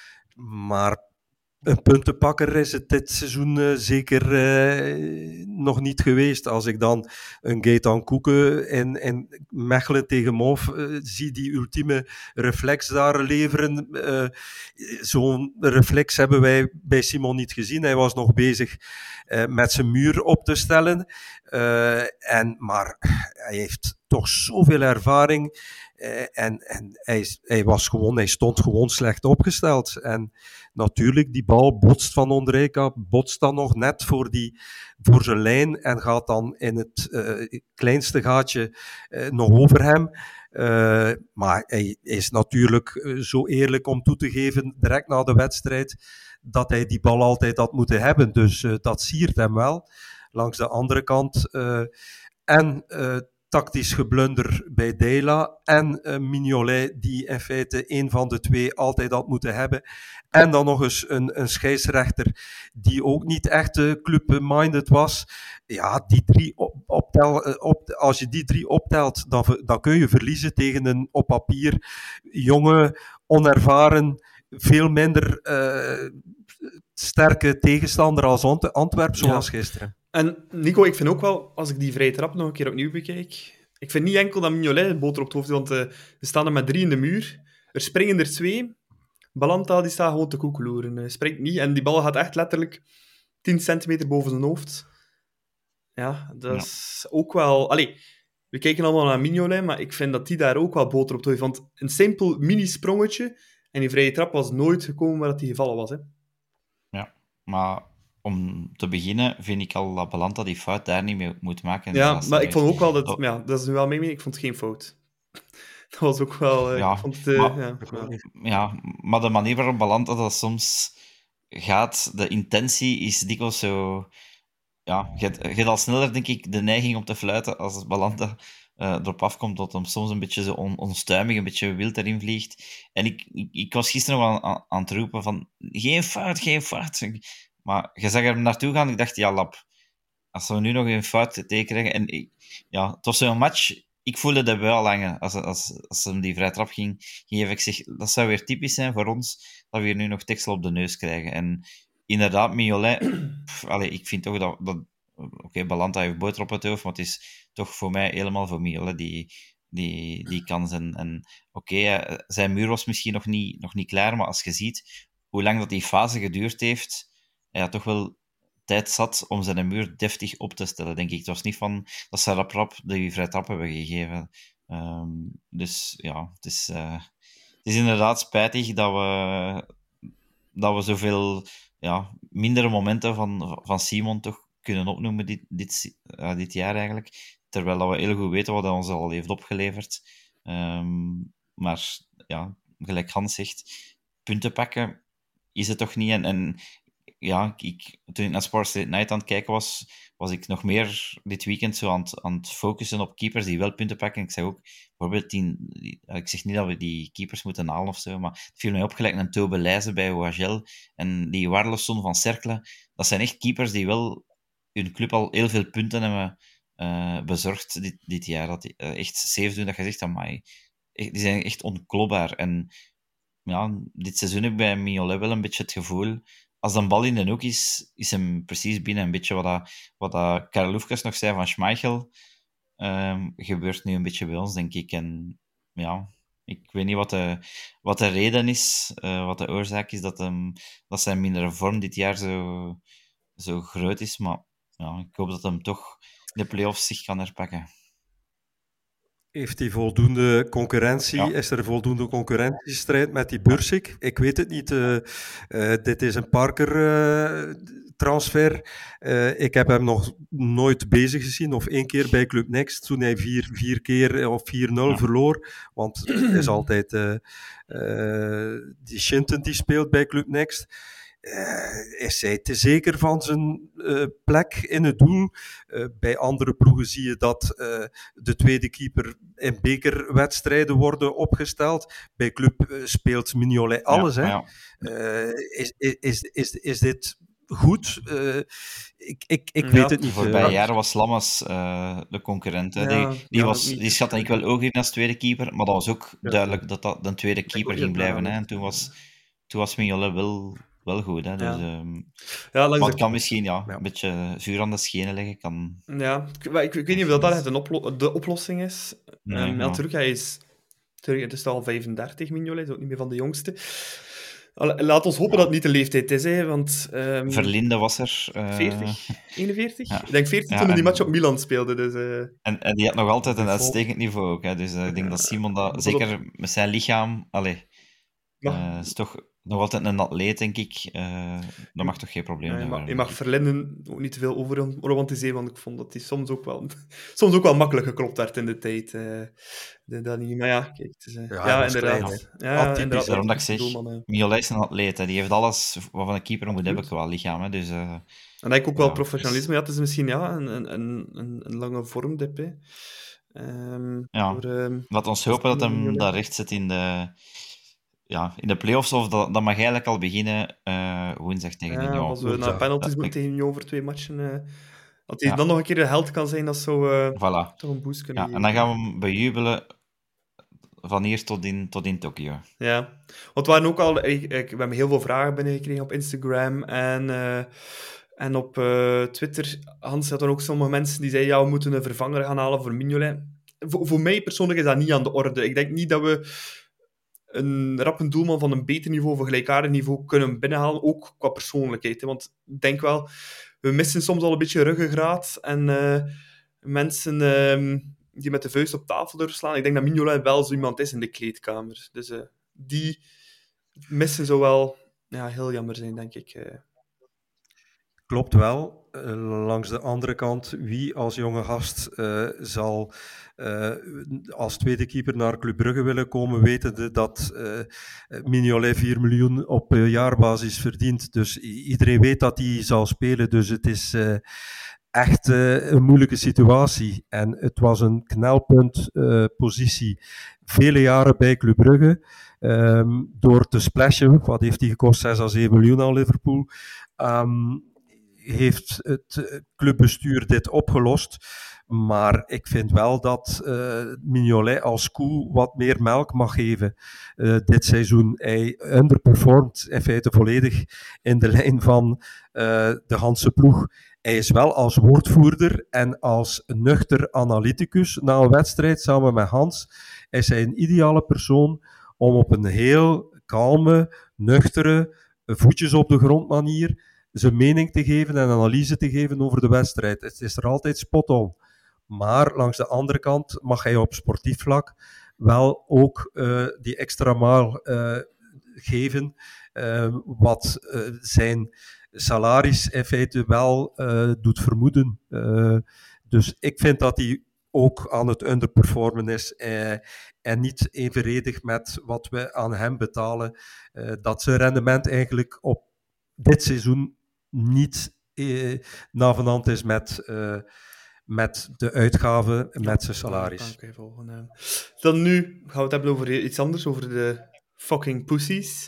Maar een puntenpakker is het dit seizoen uh, zeker uh, nog niet geweest. Als ik dan een Gaëtan Koeken in, in Mechelen tegen Mauve uh, zie die ultieme reflex daar leveren. Uh, zo'n reflex hebben wij bij Simon niet gezien. Hij was nog bezig uh, met zijn muur op te stellen. Uh, en, maar hij heeft toch zoveel ervaring. Uh, en en hij, hij, was gewoon, hij stond gewoon slecht opgesteld. En natuurlijk, die bal botst van Ondrejka, botst dan nog net voor, die, voor zijn lijn en gaat dan in het uh, kleinste gaatje uh, nog over hem. Uh, maar hij is natuurlijk uh, zo eerlijk om toe te geven, direct na de wedstrijd, dat hij die bal altijd had moeten hebben. Dus uh, dat siert hem wel. Langs de andere kant. Uh, en uh, tactisch geblunder bij Deila en uh, Mignolet, die in feite een van de twee altijd had moeten hebben. En dan nog eens een, een scheidsrechter die ook niet echt uh, club-minded was. Ja, die drie op, optel, op, als je die drie optelt, dan, dan kun je verliezen tegen een op papier jonge, onervaren, veel minder uh, sterke tegenstander als Antwerpen, zoals ja. gisteren. En Nico, ik vind ook wel, als ik die vrije trap nog een keer opnieuw bekijk, ik vind niet enkel dat Mignolet het boter op het hoofd heeft, want uh, we staan er met drie in de muur. Er springen er twee. Balanta die staat gewoon te koekeloeren. Uh, springt niet. En die bal gaat echt letterlijk tien centimeter boven zijn hoofd. Ja, dat is ja. ook wel... Allee, we kijken allemaal naar Mignolet, maar ik vind dat die daar ook wel boter op het hoofd heeft. Want een simpel mini-sprongetje en die vrije trap was nooit gekomen waar hij gevallen was. Hè. Ja, maar... Om te beginnen vind ik al dat Balanta die fout daar niet mee moet maken. Ja, maar ik vond ook wel dat... Oh. Ja, dat is nu wel mee, mee. Ik vond het geen fout. Dat was ook wel... Uh, ja, ik vond het, uh, maar, ja, ja. ja, maar de manier waarop Balanta dat soms gaat, de intentie is dikwijls zo... ja, je hebt, je hebt al sneller, denk ik, de neiging om te fluiten als Balanta uh, erop afkomt, dat hem soms een beetje zo on, onstuimig, een beetje wild erin vliegt. En ik, ik, ik was gisteren nog aan, aan, aan het roepen van, geen fout, geen fout. Maar je zag er naartoe gaan, ik dacht, ja, lap. Als we nu nog een fout tegenkrijgen... En ik, ja, het was zo'n match... Ik voelde dat wel hangen. Als, als, als hem die vrije trap ging geven, ik zeg, dat zou weer typisch zijn voor ons, dat we hier nu nog Texel op de neus krijgen. En inderdaad, Mignolet... Pff, allez, ik vind toch dat... dat Oké, okay, Balanta heeft boter op het hoofd, maar het is toch voor mij helemaal voor Mignolet die, die, die kans. En, en oké, okay, zijn muur was misschien nog niet, nog niet klaar, maar als je ziet hoe lang dat die fase geduurd heeft, hij had toch wel tijd zat om zijn muur deftig op te stellen, denk ik. Het was niet van dat ze rap rap die vrije trap hebben gegeven. Um, dus ja, het is, uh, het is inderdaad spijtig dat we, dat we zoveel ja, mindere momenten van, van Simon toch kunnen opnoemen dit, dit, uh, dit jaar eigenlijk. Terwijl dat we heel goed weten wat hij ons al heeft opgeleverd. Um, maar ja, gelijk Hans zegt, punten pakken is het toch niet. En, en ja, ik, toen ik naar Sports Late Night aan het kijken was, was ik nog meer dit weekend zo aan het, aan het focussen op keepers die wel punten pakken. Ik zeg ook, bijvoorbeeld, die, die, ik zeg niet dat we die keepers moeten halen of zo, maar het viel mij op gelijk een Tobe Leijzen bij O H L en die Warleson van Cercle. Dat zijn echt keepers die wel hun club al heel veel punten hebben uh, bezorgd dit, dit jaar. Dat die uh, echt safe doen, dat je zegt, amai, die zijn echt onklopbaar. En ja, dit seizoen heb ik bij Mignolet wel een beetje het gevoel, als een bal in de hoek is, is hem precies binnen. Een beetje wat, dat, wat dat Karel Loefkes nog zei van Schmeichel, um, gebeurt nu een beetje bij ons, denk ik. En ja, ik weet niet wat de, wat de reden is, uh, wat de oorzaak is, dat, hem, dat zijn mindere vorm dit jaar zo, zo groot is. Maar ja, ik hoop dat hem toch de play-offs zich kan herpakken. Heeft hij voldoende concurrentie? Ja. Is er voldoende concurrentiestrijd met die Bursik? Ik weet het niet. Uh, uh, dit is een Parker-transfer. Uh, uh, ik heb hem nog nooit bezig gezien, of één keer bij Club Next, toen hij vier, vier keer of vier nul ja. verloor. Want het is altijd uh, uh, die Shinton die speelt bij Club Next. Uh, is hij te zeker van zijn uh, plek in het doel? Uh, bij andere ploegen zie je dat uh, de tweede keeper in bekerwedstrijden worden opgesteld. Bij club uh, speelt Mignolet alles. Ja, hè? Ja. Uh, is, is, is, is dit goed? Uh, ik ik, ik ja, weet het niet. Voorbij jaren was Lammers uh, de concurrent. Ja, die die, ja, was, die schatte ik wel ook in als tweede keeper, maar dat was ook ja. duidelijk dat dat de tweede keeper ging blijven. Hè? En toen was, toen was Mignolet wel... Wel goed, hè. Dus, ja. Um, ja, maar het kan misschien ja, ja. een beetje zuur aan de schenen leggen. Kan... Ja, ik, ik, ik weet niet of dat echt een oplo- de oplossing is. Nee, um, ja. Terug, hij is, terug, het is al vijfendertig, Mignolet, is ook niet meer van de jongste. Laat ons hopen ja. dat het niet de leeftijd is, hè, want... Um, Verlinde was er... Uh... veertig? eenenveertig? Ja. Ik denk veertig ja, toen hij die match op Milan speelde. Dus, uh... en, en die had nog altijd een uitstekend niveau ook. Hè, dus uh, ik denk ja. dat Simon dat... Zeker met zijn lichaam... Allee, uh, is toch... Nog altijd een atleet, denk ik. Uh, dat mag toch geen probleem zijn. Ja, je, je mag Verlinden ook niet te veel over romantiseren, want ik vond dat hij soms ook wel, soms ook wel makkelijk geklopt werd in de tijd. Uh, dat niet, maar ja, kijk. Het is, uh, ja, ja inderdaad. Ja, ja, inderdaad. Daarom dat ik zeg, Mignolet is een atleet. Hè. Die heeft alles wat een keeper moet hebben qua lichaam. Hè. Dus, uh, en dat ik ook wel ja, professionalisme. Dus... Ja, het is misschien ja, een, een, een, een lange vormdip. Hè. Um, ja, voor, um, laat ons hopen dat hem daar recht zit in de... Ja, in de play-offs, of dat, dat mag eigenlijk al beginnen uh, woensdag tegen ja, Union. Als we naar penalties moeten tegen Union voor twee matchen, uh, dat hij ja. dan nog een keer de held kan zijn, dat zou uh, voilà. toch een boost kunnen ja, geven. En dan gaan we hem bejubelen van hier tot in, tot in Tokio. Ja, want we waren ook al... Ik, ik, we hebben heel veel vragen binnengekregen op Instagram en... Uh, En op uh, Twitter, Hans had dan ook sommige mensen die zeiden, ja, we moeten een vervanger gaan halen voor Mignolet. Voor, voor mij persoonlijk is dat niet aan de orde. Ik denk niet dat we een rappe doelman van een beter niveau of een gelijkaardig niveau kunnen binnenhalen, ook qua persoonlijkheid. Hè. Want ik denk wel, we missen soms al een beetje ruggengraat en uh, mensen uh, die met de vuist op tafel durven slaan. Ik denk dat Mignolet wel zo iemand is in de kleedkamer. Dus uh, die missen zou wel ja, heel jammer zijn, denk ik. Uh. Klopt wel. Uh, langs de andere kant, wie als jonge gast uh, zal uh, als tweede keeper naar Club Brugge willen komen, wetende dat uh, Mignolet vier miljoen op uh, jaarbasis verdient. Dus i- iedereen weet dat hij zal spelen. Dus het is, uh, echt uh, een moeilijke situatie. En het was een knelpuntpositie uh, vele jaren bij Club Brugge. Um, door te splashen, wat heeft die gekost? zes à zeven miljoen aan Liverpool. Um, heeft het clubbestuur dit opgelost. Maar ik vind wel dat uh, Mignolet als koe wat meer melk mag geven uh, dit seizoen. Hij underperformt in feite volledig in de lijn van uh, de Hanse ploeg. Hij is wel als woordvoerder en als nuchter analyticus na een wedstrijd samen met Hans. Hij is een ideale persoon om op een heel kalme, nuchtere, voetjes op de grond manier zijn mening te geven en analyse te geven over de wedstrijd. Het is er altijd spot on. Maar langs de andere kant mag hij op sportief vlak wel ook uh, die extra maal uh, geven, uh, wat uh, zijn salaris in feite wel uh, doet vermoeden. Uh, dus ik vind dat hij ook aan het underperformen is uh, en niet evenredig met wat we aan hem betalen. Uh, dat zijn rendement eigenlijk op dit seizoen niet uh, navenant is met... Uh, met de uitgaven, met zijn salaris. Ja, volgen, dan nu gaan we het hebben over iets anders, over de fucking pussies.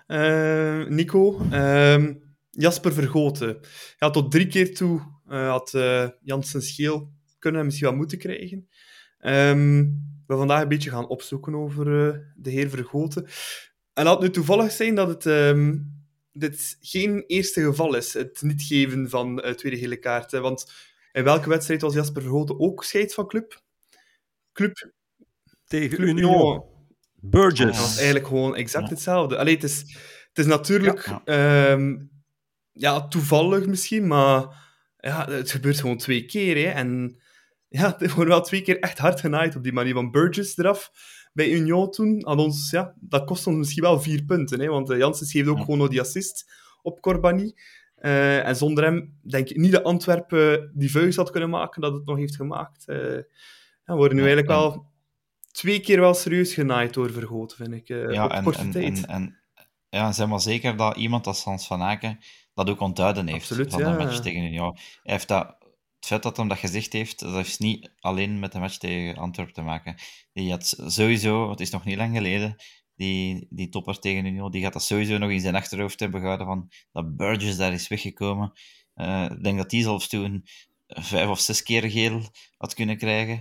Uh, Nico, uh, Jasper Vergoten. Ja, tot drie keer toe uh, had uh, Janssen scheel kunnen en misschien wel moeten krijgen. Um, we gaan vandaag een beetje gaan opzoeken over uh, de heer Vergoten. En laat het nu toevallig zijn dat het... Um, dit geen eerste geval is, het niet geven van uh, tweede gele kaart. Hè, want in welke wedstrijd was Jasper Vergoten ook scheid van club? Club tegen club Union. Union. Burgess. Dat was eigenlijk gewoon exact ja. hetzelfde. Allee, het is, het is natuurlijk ja, ja. Um, ja, toevallig misschien, maar ja, het gebeurt gewoon twee keer. Hè. En ja, het wordt wel twee keer echt hard genaaid op die manier. Van Burgess eraf bij Union toen, aan ons, ja, dat kost ons misschien wel vier punten. Hè, want uh, Janssens geeft ook ja. gewoon nog die assist op Corbani. Uh, en zonder hem denk ik niet dat Antwerpen die vuist had kunnen maken dat het nog heeft gemaakt. Uh, ja, we worden nu eigenlijk wel twee keer wel serieus genaaid door Vergoten, vind ik. Uh, ja, op en, korte en, tijd. En, en, ja, zeg maar zeker dat iemand als Hans van Aken dat ook onthouden heeft. Absoluut, van ja. de match tegen Union. Hij heeft dat, het feit dat hij dat gezegd heeft, dat heeft niet alleen met de match tegen Antwerpen te maken. Die had sowieso, het is nog niet lang geleden, Die, die topper tegen Union, die gaat dat sowieso nog in zijn achterhoofd hebben gehouden van dat Burgess daar is weggekomen. Uh, ik denk dat die zelfs toen vijf of zes keer geel had kunnen krijgen.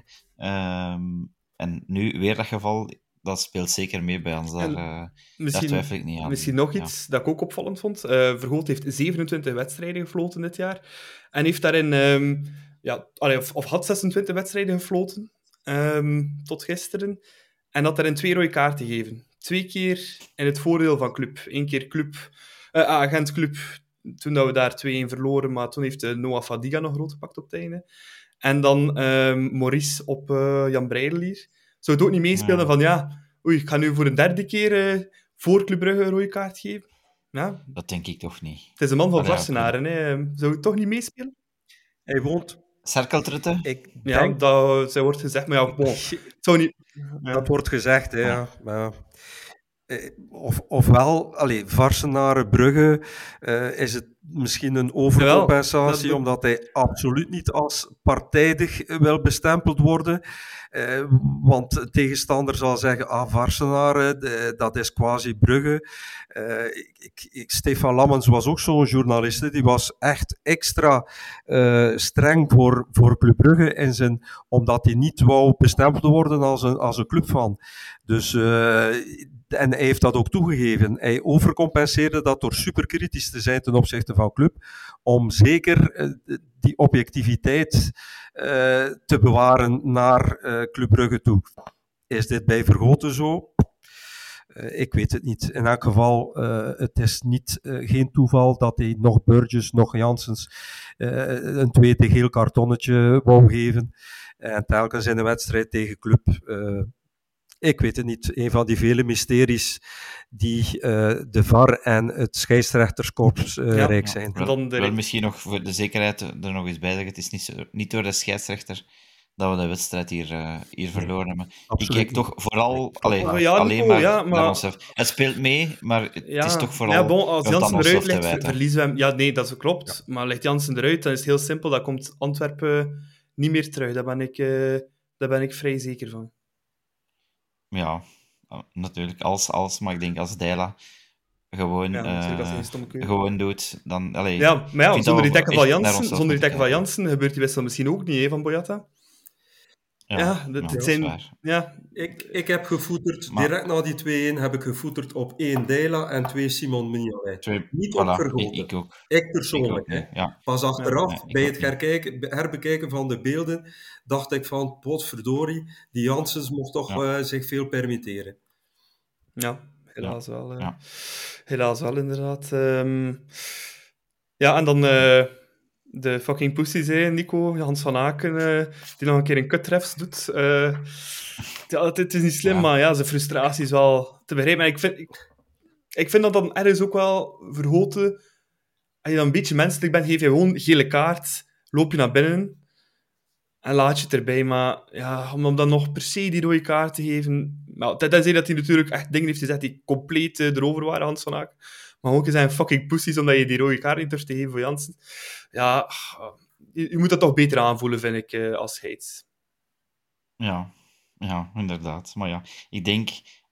Um, en nu weer dat geval, dat speelt zeker mee bij ons. Daar, uh, daar twijfel ik niet aan. Misschien nog iets ja. dat ik ook opvallend vond. Uh, Vergoot heeft zevenentwintig wedstrijden gefloten dit jaar. En heeft daarin, um, ja, of, of had zesentwintig wedstrijden gefloten um, tot gisteren. En had daarin twee rode kaarten gegeven. Twee keer in het voordeel van club. Eén keer club, uh, agent club, toen dat we daar twee-een verloren, maar toen heeft uh, Noah Fadiga nog rood gepakt op het einde. En dan um, Maurice op uh, Jan Breidelier. Zou het ook niet meespelen ja. van, ja, oei, ik ga nu voor een derde keer uh, voor Club Brugge een rode kaart geven? Ja. Dat denk ik toch niet. Het is een man van Varsenaren, hè. Zou het toch niet meespelen? Hij woont... Cirkeltrutten? Ik ja, denk... dat, dat wordt gezegd, maar ja, bon, het zou niet... Ja. Dat wordt gezegd, hè, ja. Maar... Of, ofwel, allee, Varsenaren, Brugge, uh, is het misschien een overcompensatie, Jawel, dat... omdat hij absoluut niet als partijdig wil bestempeld worden. Uh, want de tegenstander zal zeggen, ah, Varsenaren, de, dat is quasi Brugge. Uh, ik, ik, Stefan Lammens was ook zo'n journalist, die was echt extra uh, streng voor, voor Club Brugge, in zijn, omdat hij niet wou bestempeld worden als een, als een clubfan. Dus... Uh, En hij heeft dat ook toegegeven. Hij overcompenseerde dat door superkritisch te zijn ten opzichte van club, om zeker uh, die objectiviteit uh, te bewaren naar uh, Club Brugge toe. Is dit bij Vergoten zo? Uh, ik weet het niet. In elk geval, uh, het is niet, uh, geen toeval dat hij nog Burgess, nog Janssens uh, een tweede geel kartonnetje wou geven. En telkens in de wedstrijd tegen club... Uh, Ik weet het niet. Een van die vele mysteries die uh, de V A R en het scheidsrechterskorps uh, ja, rijk zijn. Ja, wel, wel misschien nog voor de zekerheid er nog eens bij zeggen. Het is niet, zo, niet door de scheidsrechter dat we de wedstrijd hier, uh, hier verloren hebben. Absoluut ik kijk niet. toch vooral allee, Oh, ja, alleen Nico, maar ja, maar... naar onszelf. Het speelt mee, maar het Ja, is toch vooral ja, bon, als we het aan Jansen eruit onszelf te ligt, ver- wijten. verliezen we hem. Ja, nee, dat is klopt. Maar ligt Jansen eruit, dan is het heel simpel. Dan komt Antwerpen niet meer terug. Daar ben ik, uh, daar ben ik vrij zeker van. Ja, natuurlijk. Als, als, maar ik denk als Deila gewoon, Ja, natuurlijk, als hij uh, een stomme keuze- gewoon doet, dan... Allee, Ja, maar ik ja, vind zonder dat die we tackle echt van naar Jansen, onszelf zonder die moeten tackle van kijken. Jansen gebeurt die wissel misschien ook niet, hè, van Boyata. Ja, Ja, dat, ja, het dat is zijn... waar. Ja, Ik, ik heb gevoeterd, Maar- direct na die twee-een heb ik gevoeterd op één Deila en twee Simon Mignolet. Twee, Niet op voilà, ik, Vergoten. ik ook. Ik persoonlijk. Ik ook hè. niet, ja. Pas achteraf, Ja, ik bij ook het niet. herkijken, herbekijken van de beelden, dacht ik van, potverdorie, die Janssens mocht toch Ja. uh, zich veel permitteren. ja helaas wel. Uh, Ja. Helaas wel, inderdaad. Um, ja, en dan uh, de fucking pussies, hè, Nico, Hans van Aken, uh, die nog een keer een kutrefs doet. Uh, ja, het, het is niet slim, Ja. maar ja, zijn frustratie is wel te begrijpen. En ik vind, ik, ik vind dat dan ergens ook wel verhoten. Als je dan een beetje menselijk bent, geef je gewoon een gele kaart, loop je naar binnen en laat je het erbij. Maar ja, om dan nog per se die rode kaart te geven... Nou, tenzij dat hij natuurlijk echt dingen heeft gezegd die compleet uh, erover waren, Hans van Aken. Maar ook zijn fucking pussies omdat je die rode kaart niet durft te geven voor Jansen. Ja, je, je moet dat toch beter aanvoelen, vind ik, uh, als scheids. Ja. ja, inderdaad. Maar ja, ik denk,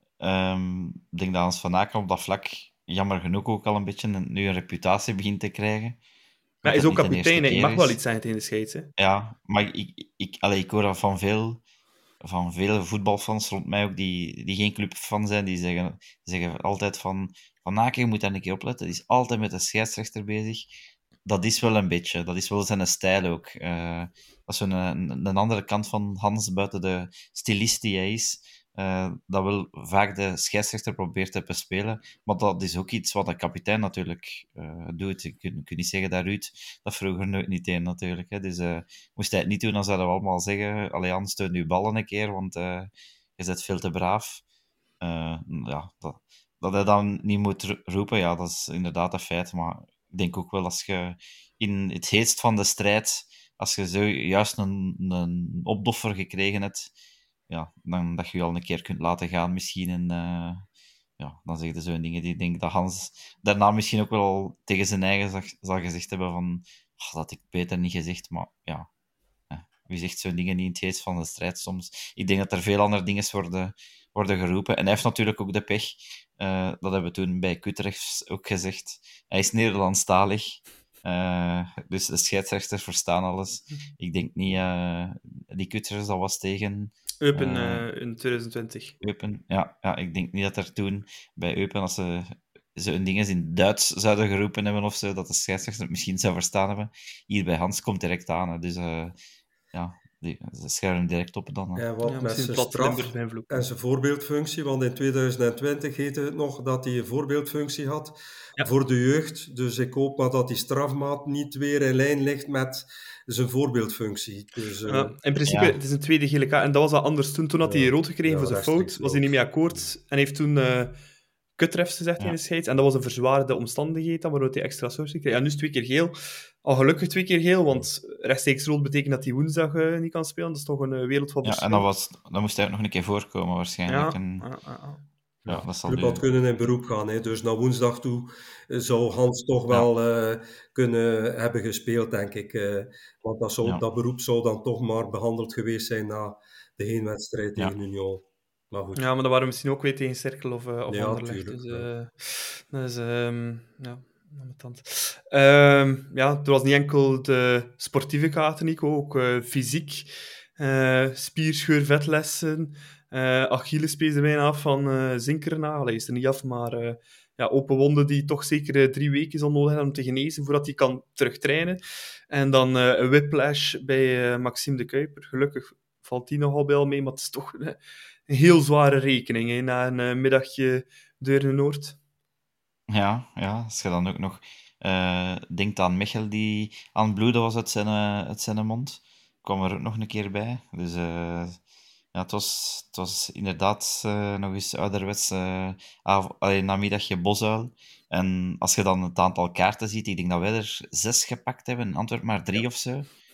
um, ik denk dat Hans van Aken op dat vlak jammer genoeg ook al een beetje een, nu een reputatie begint te krijgen. Maar hij is ook kapitein, ik mag wel iets zijn tegen de scheids. Hè? Ja, maar ik, ik, allee, ik hoor dat van veel, van veel voetbalfans rond mij ook, die, die geen clubfan zijn, die zeggen, die zeggen altijd van Van Aken, je moet daar een keer opletten, die is altijd met de scheidsrechter bezig. Dat is wel een beetje, dat is wel zijn stijl ook. Uh, dat is een, een, een andere kant van Hans, buiten de stilist die hij is. Uh, dat wil vaak de scheidsrechter probeert te bespelen. Maar dat is ook iets wat de kapitein natuurlijk uh, doet. Je kunt kun niet zeggen dat Ruud dat vroeger nooit niet deed, natuurlijk. Hè. Dus uh, moest hij het niet doen, dan zouden we allemaal zeggen: allee, Hans, steun je ballen een keer, want uh, je bent veel te braaf. Uh, ja, dat, dat hij dan niet moet roepen, ja, dat is inderdaad een feit. Maar ik denk ook wel, als je in het heetst van de strijd, als je zo juist een, een opdoffer gekregen hebt, ja, dan dat je je al een keer kunt laten gaan misschien. En uh, ja, dan zeg je zo'n dingen die ik denk dat Hans daarna misschien ook wel tegen zijn eigen zal, zal gezegd hebben van, oh, dat had ik beter niet gezegd, maar ja, ja, wie zegt zo'n dingen niet in het heetst van de strijd soms? Ik denk dat er veel andere dingen worden, worden geroepen. En hij heeft natuurlijk ook de pech, uh, dat hebben we toen bij Utrecht ook gezegd, hij is Nederlandstalig. Uh, dus de scheidsrechters verstaan alles. Ik denk niet... Uh, die Kutters, dat was tegen... Eupen uh, in twintig twintig. Eupen, ja, ja. Ik denk niet dat er toen bij Eupen, als ze zo'n dingen in Duits zouden geroepen hebben of zo, dat de scheidsrechter het misschien zou verstaan hebben. Hier bij Hans komt direct aan. Hè. Dus uh, ja, die, ze schermen direct op dan. Hè. En wat ja, met zijn straf en zijn voorbeeldfunctie, want in twintig twintig heette het nog dat hij een voorbeeldfunctie had ja. voor de jeugd. Dus ik hoop maar dat die strafmaat niet weer in lijn ligt met zijn voorbeeldfunctie. Dus, uh... ja, in principe, ja. Het is een tweede gele kaart. En dat was al anders. Toen, toen had hij ja. rood gekregen ja, voor zijn fout. Was hij niet mee akkoord. En heeft toen uh, kutrefs gezegd ja. in de scheids. En dat was een verzwaarde omstandigheid, dan waardoor hij extra sourcing kreeg. Ja, nu is het twee keer geel. Al gelukkig twee keer geel, want rechtstreeks rood betekent dat hij woensdag uh, niet kan spelen. Dat is toch een uh, wereld van verschil. Ja, en dan, was, dan moest hij ook nog een keer voorkomen, waarschijnlijk. Ja, en... ja, ja. Ja, dat zal de club had kunnen in beroep gaan. Hè. Dus naar woensdag toe zou Hans toch wel ja. uh, kunnen hebben gespeeld, denk ik. Uh, want dat, zou, ja. dat beroep zou dan toch maar behandeld geweest zijn na de heenwedstrijd tegen ja. Union. Maar goed. Ja, maar dat waren misschien ook weer tegen Cerkel of, uh, of ja, Anderlecht. Dus, uh, dus um, ja... Um, ja, er was niet enkel de sportieve kaarten, Nico, ook uh, fysiek. Uh, spierscheur, vetlessen... Uh, Achillespees er bijna af van uh, Zinkerna. Hij is er niet af, maar uh, ja, open wonden die toch zeker uh, drie weken zal nodig hebben om te genezen voordat hij kan terugtrainen. En dan uh, een whiplash bij uh, Maxime de Kuiper. Gelukkig valt die nogal bij al mee, maar het is toch uh, een heel zware rekening hè, na een uh, middagje Deurne-Noord. Ja, ja, als je dan ook nog uh, denkt aan Michel die aan het bloeden was uit zijn, uh, uit zijn mond, kwam er ook nog een keer bij. Dus... Uh, Ja, het was, het was inderdaad uh, nog eens ouderwets uh, av- allee, namiddagje Bosuil. En als je dan het aantal kaarten ziet, ik denk dat wij er zes gepakt hebben, in Antwerpen maar drie ja. of zo.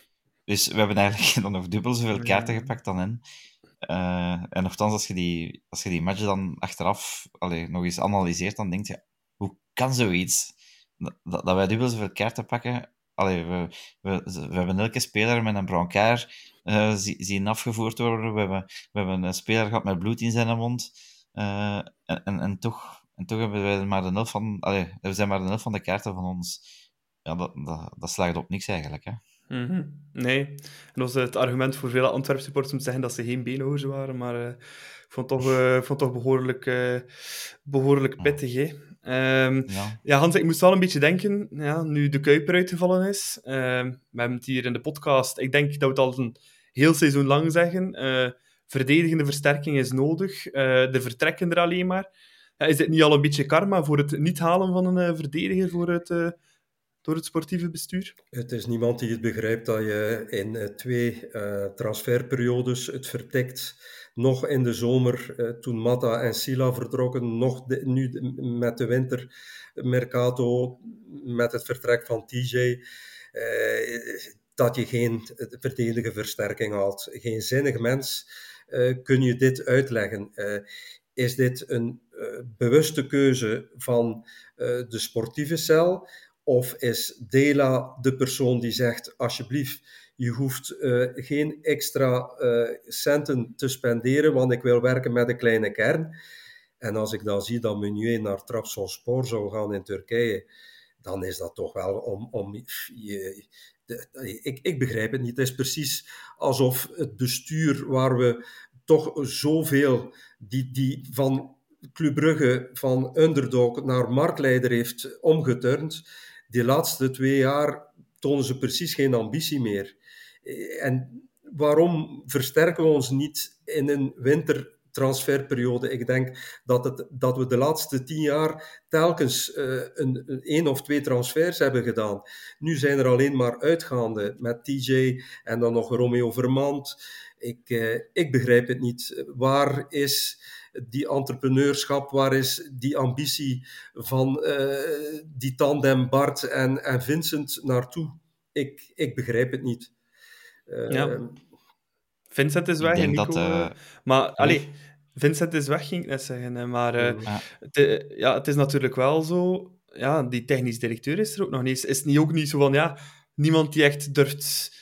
Dus we hebben eigenlijk dan nog dubbel zoveel kaarten Ja. gepakt dan hen. Uh, en nochtans, als je die, als je die match dan achteraf allee, nog eens analyseert, dan denk je, hoe kan zoiets? Dat, dat, dat wij dubbel zoveel kaarten pakken. Allee, we, we, we hebben elke speler met een brancard uh, zien afgevoerd worden. We hebben, we hebben een speler gehad met bloed in zijn mond. Uh, en, en, en, toch, en toch hebben we maar de helft van, allee, we zijn maar de helft van de kaarten van ons. Ja, dat, dat, dat slaagt op niks eigenlijk, hè. Mm-hmm. Nee. En dat was het argument voor vele Antwerp-supporters om te zeggen dat ze geen beenhouwers waren, maar uh, ik vond het toch, uh, vond het toch behoorlijk, uh, behoorlijk pittig, hè. Um, ja. ja, Hans, ik moest wel een beetje denken, ja, nu de Kuiper uitgevallen is. Uh, we hebben het hier in de podcast, ik denk dat we het al een heel seizoen lang zeggen. Uh, verdedigende versterking is nodig. Uh, de vertrekken er alleen maar. Ja, is dit niet al een beetje karma voor het niet halen van een uh, verdediger voor het... Uh, door het sportieve bestuur? Het is niemand die het begrijpt dat je in uh, twee uh, transferperiodes het vertikt. Nog in de zomer, uh, toen Mata en Sila vertrokken, nog de, nu de, met de wintermercato, met het vertrek van T J, uh, dat je geen verdedigende versterking haalt. Geen zinnig mens uh, kun je dit uitleggen. Uh, is dit een uh, bewuste keuze van uh, de sportieve cel? Of is Dela de persoon die zegt, alsjeblieft, je hoeft uh, geen extra uh, centen te spenderen, want ik wil werken met een kleine kern. En als ik dan zie dat Meunier naar Trabzonspor zou gaan in Turkije, dan is dat toch wel om... om je, de, ik, ik begrijp het niet. Het is precies alsof het bestuur waar we toch zoveel die, die van Club Brugge van underdog naar marktleider heeft omgeturnd, die laatste twee jaar tonen ze precies geen ambitie meer. En waarom versterken we ons niet in een wintertransferperiode? Ik denk dat, het, dat we de laatste tien jaar telkens uh, een, een één of twee transfers hebben gedaan. Nu zijn er alleen maar uitgaande met T J en dan nog Romeo Vermand. Ik, uh, ik begrijp het niet. Waar is die entrepreneurschap, waar is die ambitie van uh, die tandem Bart en, en Vincent naartoe? Ik, ik begrijp het niet. Uh, ja. Vincent is weg, ik denk Nico, dat... Uh... Maar, oh. allee, Vincent is weg, ging ik net zeggen. Hè, maar uh, ja. Het, ja, het is natuurlijk wel zo... Ja, die technisch directeur is er ook nog niet. Is het niet ook niet zo van... Ja, niemand die echt durft...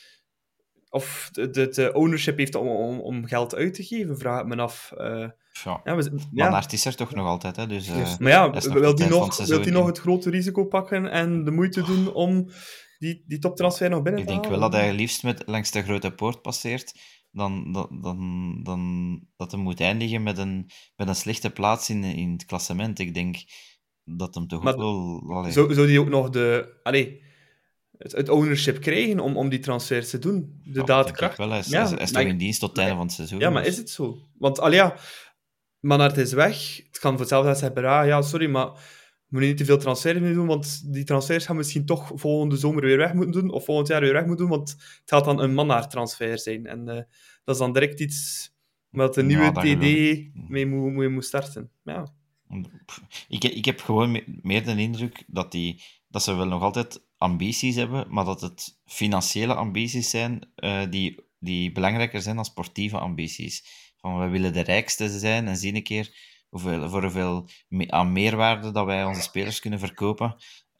Of de ownership heeft om, om, om geld uit te geven, vraag ik me af. Uh, ja, ja, we, ja. Maar is er toch nog altijd, hè? Dus, uh, maar ja, wil die, nog, wil die nog het grote risico pakken en de moeite doen om die, die toptransfer nog binnen ik te halen? Ik denk wel dat hij liefst met, langs de grote poort passeert, dan, dan, dan, dan dat hij moet eindigen met een, met een slechte plaats in, in het klassement. Ik denk dat hem toch maar ook wel... Allee. Zou, zou die ook nog de... Allee, het, het ownership krijgen om, om die transfers te doen? De ja, daadkracht? Wel. Hij is, ja, hij is toch in dienst tot het einde van het seizoen. Ja, maar dus. Is het zo? Want, allee, ja... Manhart is weg. Het kan voor hetzelfde als hebben, ah, ja, sorry, maar we moeten niet te veel transfers meer doen, want die transfers gaan misschien toch volgende zomer weer weg moeten doen, of volgend jaar weer weg moeten doen, want het gaat dan een Manhart-transfer zijn. En uh, dat is dan direct iets met een nieuwe ja, T D mee moet, moet, moet starten. Ja. Ik, ik heb gewoon meer de indruk dat, die, dat ze wel nog altijd ambities hebben, maar dat het financiële ambities zijn uh, die, die belangrijker zijn dan sportieve ambities. Van, we willen de rijkste zijn en zien een keer hoeveel, voor hoeveel me, aan meerwaarde dat wij onze spelers kunnen verkopen.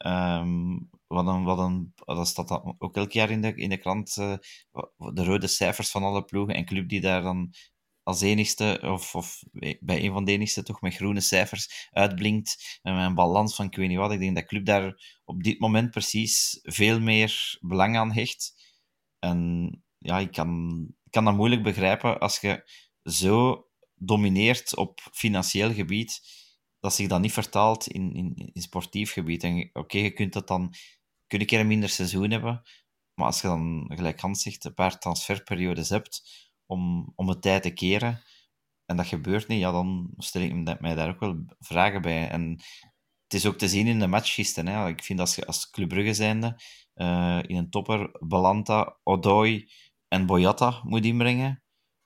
Um, wat een, wat een, dat staat dan ook elk jaar in de, in de krant, uh, de rode cijfers van alle ploegen en club die daar dan als enigste, of, of bij een van de enigste toch met groene cijfers uitblinkt, en met een balans van ik weet niet wat. Ik denk dat club daar op dit moment precies veel meer belang aan hecht. En ja, ik kan, ik kan dat moeilijk begrijpen als je zo domineert op financieel gebied, dat zich dat niet vertaalt in, in, in sportief gebied. En oké, okay, je kunt dat dan kun een keer een minder seizoen hebben, maar als je dan, gelijk Hans zegt, een paar transferperiodes hebt om, om het tijd te keren, en dat gebeurt niet, ja, dan stel ik mij daar ook wel vragen bij. En het is ook te zien in de match gisteren. Hè. Ik vind als je als Club Brugge zijnde uh, in een topper Balanta, Odoi en Boyata moet inbrengen,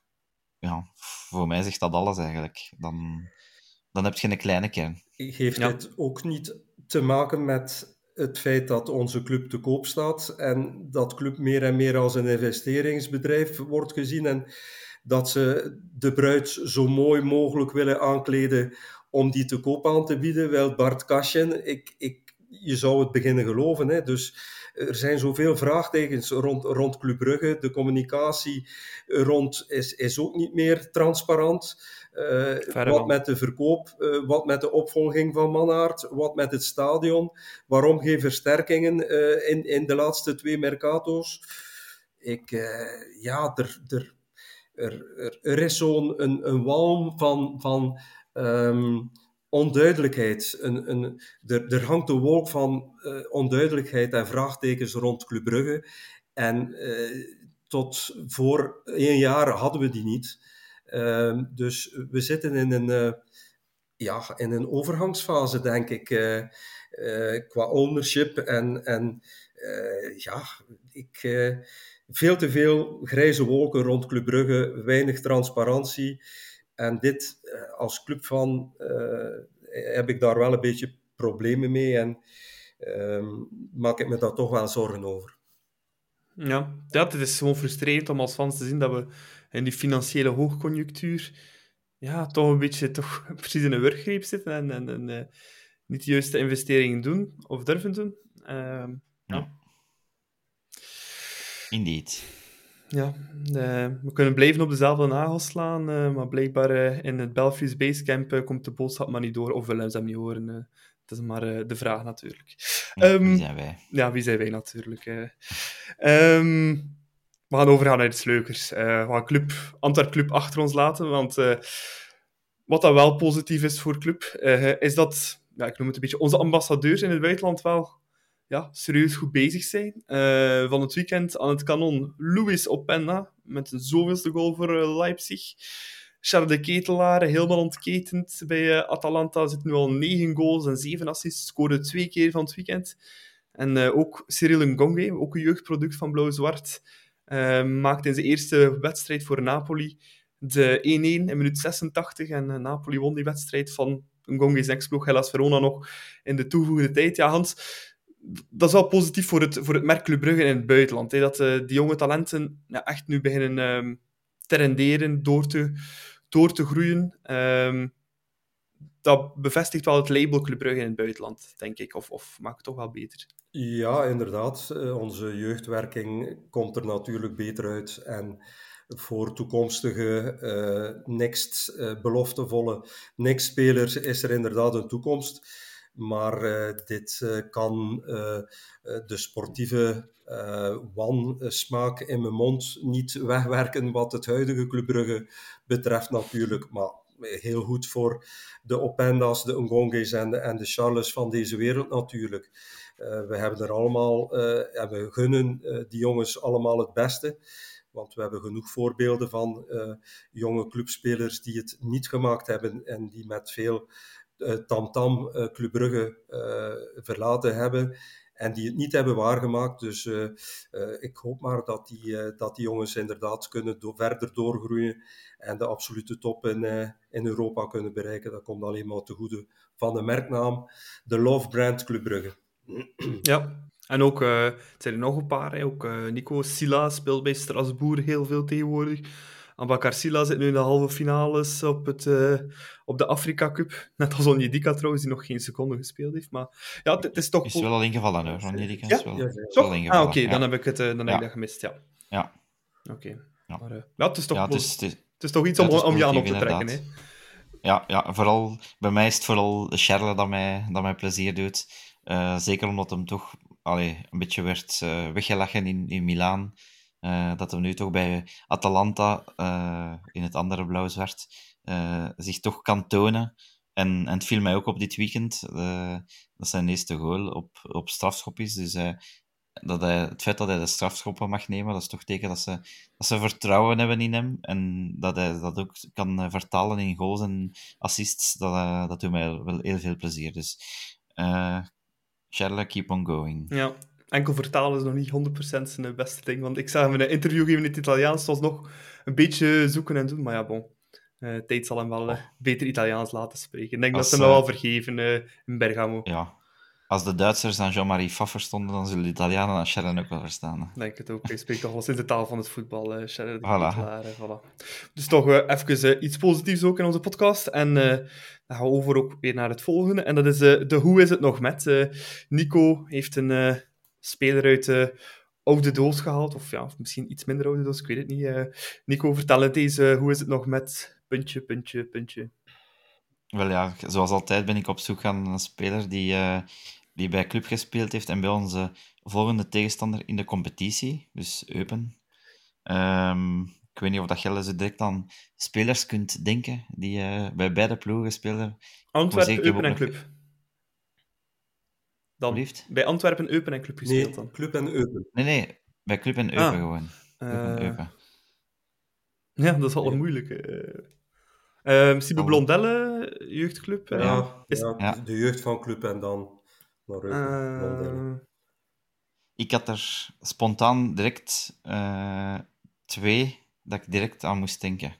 ja, voor mij zegt dat alles eigenlijk. Dan, dan heb je een kleine kern. Heeft ja. het ook niet te maken met het feit dat onze club te koop staat en dat club meer en meer als een investeringsbedrijf wordt gezien en dat ze de bruid zo mooi mogelijk willen aankleden om die te koop aan te bieden. Wel, Bart Kaschen, ik, ik, je zou het beginnen geloven. Hè? Dus er zijn zoveel vraagtekens rond, rond Club Brugge. De communicatie rond is, is ook niet meer transparant. Uh, wat met de verkoop, uh, wat met de opvolging van Mannaert, wat met het stadion. Waarom geen versterkingen uh, in, in de laatste twee mercato's? Ik, uh, ja, er, er, er, er, er is zo'n een, een walm van... van um, onduidelijkheid. Een, een, er, er hangt een wolk van uh, onduidelijkheid en vraagtekens rond Club Brugge. En uh, tot voor één jaar hadden we die niet. Uh, dus we zitten in een, uh, ja, in een overgangsfase, denk ik, uh, uh, qua ownership. En, en uh, ja, ik, uh, veel te veel grijze wolken rond Club Brugge, weinig transparantie. En dit, als club van, uh, heb ik daar wel een beetje problemen mee en uh, maak ik me daar toch wel zorgen over. Ja, ja, het is gewoon frustrerend om als fans te zien dat we in die financiële hoogconjunctuur ja, toch een beetje toch precies in een wurggreep zitten en, en, en uh, niet de juiste investeringen doen of durven doen. Uh, ja. Indeed. Ja, uh, we kunnen blijven op dezelfde nagels slaan, uh, maar blijkbaar uh, in het Belfius Basecamp uh, komt de boodschap maar niet door, of willen ze hem niet horen. Uh, dat is maar uh, de vraag natuurlijk. Ja, Um, wie zijn wij? Ja, wie zijn wij natuurlijk. Uh. Um, we gaan overgaan naar iets leukers. Uh, we gaan club, Antwerp Club achter ons laten, want uh, wat dat wel positief is voor club, uh, is dat, ja, ik noem het een beetje, onze ambassadeurs in het buitenland wel ja, serieus goed bezig zijn. Uh, van het weekend aan het kanon Luis Openda, met een zoveelste goal voor uh, Leipzig. Charles de Ketelaar, helemaal ontketend bij uh, Atalanta, zit nu al negen goals en zeven assists, scoorde twee keer van het weekend. En uh, ook Cyril Ngonge, ook een jeugdproduct van Blauw-Zwart, uh, maakte in zijn eerste wedstrijd voor Napoli de één-één in minuut zesentachtig. En uh, Napoli won die wedstrijd van Ngonge's ex-ploeg, Hellas Verona, nog in de toegevoegde tijd. Ja, Hans, dat is wel positief voor het, voor het merk Club Brugge in het buitenland. Hè, dat uh, die jonge talenten ja, echt nu beginnen um, te renderen, door te, door te groeien. Um, dat bevestigt wel het label Club Brugge in het buitenland, denk ik. Of, of maakt het toch wel beter. Ja, inderdaad. Uh, onze jeugdwerking komt er natuurlijk beter uit. En voor toekomstige uh, next, uh, beloftevolle next-spelers is er inderdaad een toekomst. Maar uh, dit uh, kan uh, uh, de sportieve uh, wansmaak in mijn mond niet wegwerken wat het huidige Club Brugge betreft natuurlijk. Maar heel goed voor de Openda's, de Ngonge's en de, en de Charles van deze wereld natuurlijk. Uh, we hebben er allemaal, uh, en we gunnen uh, die jongens allemaal het beste. Want we hebben genoeg voorbeelden van uh, jonge clubspelers die het niet gemaakt hebben en die met veel uh, tamtam uh, Club Brugge uh, verlaten hebben en die het niet hebben waargemaakt. Dus uh, uh, ik hoop maar dat die, uh, dat die jongens inderdaad kunnen do- verder doorgroeien en de absolute top in, uh, in Europa kunnen bereiken. Dat komt alleen maar te goede van de merknaam, de Love Brand Club Brugge. Ja, en ook, uh, het zijn er nog een paar, hè. Ook uh, Nico Silla speelt bij Strasbourg heel veel tegenwoordig. Abakar Silla zit nu in de halve finales op, het, uh, op de Afrika Cup. Net als Onyedika trouwens, die nog geen seconde gespeeld heeft. Maar ja, het is toch... Is wel al ingevallen hoor, Onyedika ja? is wel, Ja, is toch? wel ingevallen. Ah, oké, okay, ja. dan heb ik het uh, dan heb ja. ik dat gemist, ja. Ja. Oké. Okay. Ja. Maar uh, ja, het is toch, ja, het po- is, het is, het is toch iets ja, om, om je aan op te trekken, hè? Ja, ja, vooral, bij mij is het vooral Charles dat mij, dat mij plezier doet. Uh, zeker omdat hem toch allee, een beetje werd uh, weggelachen in, in Milaan. Uh, dat hem nu toch bij Atalanta, uh, in het andere blauw-zwart, uh, zich toch kan tonen. En, en het viel mij ook op dit weekend. Uh, dat zijn eerste goal op, op strafschop is. Dus uh, dat hij, het feit dat hij de strafschoppen mag nemen, dat is toch teken dat ze, dat ze vertrouwen hebben in hem. En dat hij dat ook kan vertalen in goals en assists. Dat, uh, dat doet mij wel heel veel plezier. Dus uh, Charles, keep on going. Ja. Enkel vertalen is nog niet honderd procent zijn beste ding, want ik zag hem een interview geven in het Italiaans, het was nog een beetje zoeken en doen, maar ja, bon. Uh, tijd zal hem wel uh, beter Italiaans laten spreken. Ik denk Als, dat ze hem uh, wel vergeven uh, in Bergamo. Ja. Als de Duitsers aan Jean-Marie Pfaff verstonden, dan zullen de Italianen aan Sharon ook wel verstaan. Hè. Ik denk het ook. Hij spreekt toch wel eens in de taal van het voetbal, uh, Sharon de Voilà. Ketelaar. Voilà. Dus toch uh, even uh, iets positiefs ook in onze podcast. En uh, dan gaan we over ook weer naar het volgende. En dat is uh, de Hoe is het nog met. Uh, Nico heeft een uh, speler uit de uh, oude doos gehaald. Of ja, of misschien iets minder oude doos, ik weet het niet. Uh, Nico, vertel het eens. Uh, hoe is het nog met... Puntje, puntje, puntje. Wel ja, zoals altijd ben ik op zoek naar een speler die... Uh... die bij club gespeeld heeft en bij onze volgende tegenstander in de competitie, dus Eupen. Um, ik weet niet of dat je zo direct aan spelers kunt denken die uh, bij beide ploegen spelen. Antwerpen, Eupen en Club. Nog... Dan, Liefd? bij Antwerpen, Eupen en Club gespeeld nee, dan? Club en Eupen. Nee, nee, bij Club en Eupen ah. gewoon. Club uh... en Eupen. Ja, dat is wel een moeilijke... Uh, um, Sibe oh. Blondelle, jeugdclub. Ja, uh, is... ja, ja, de jeugd van Club en dan naar Eupen. Uh... Ik had er spontaan direct uh, twee dat ik direct aan moest denken.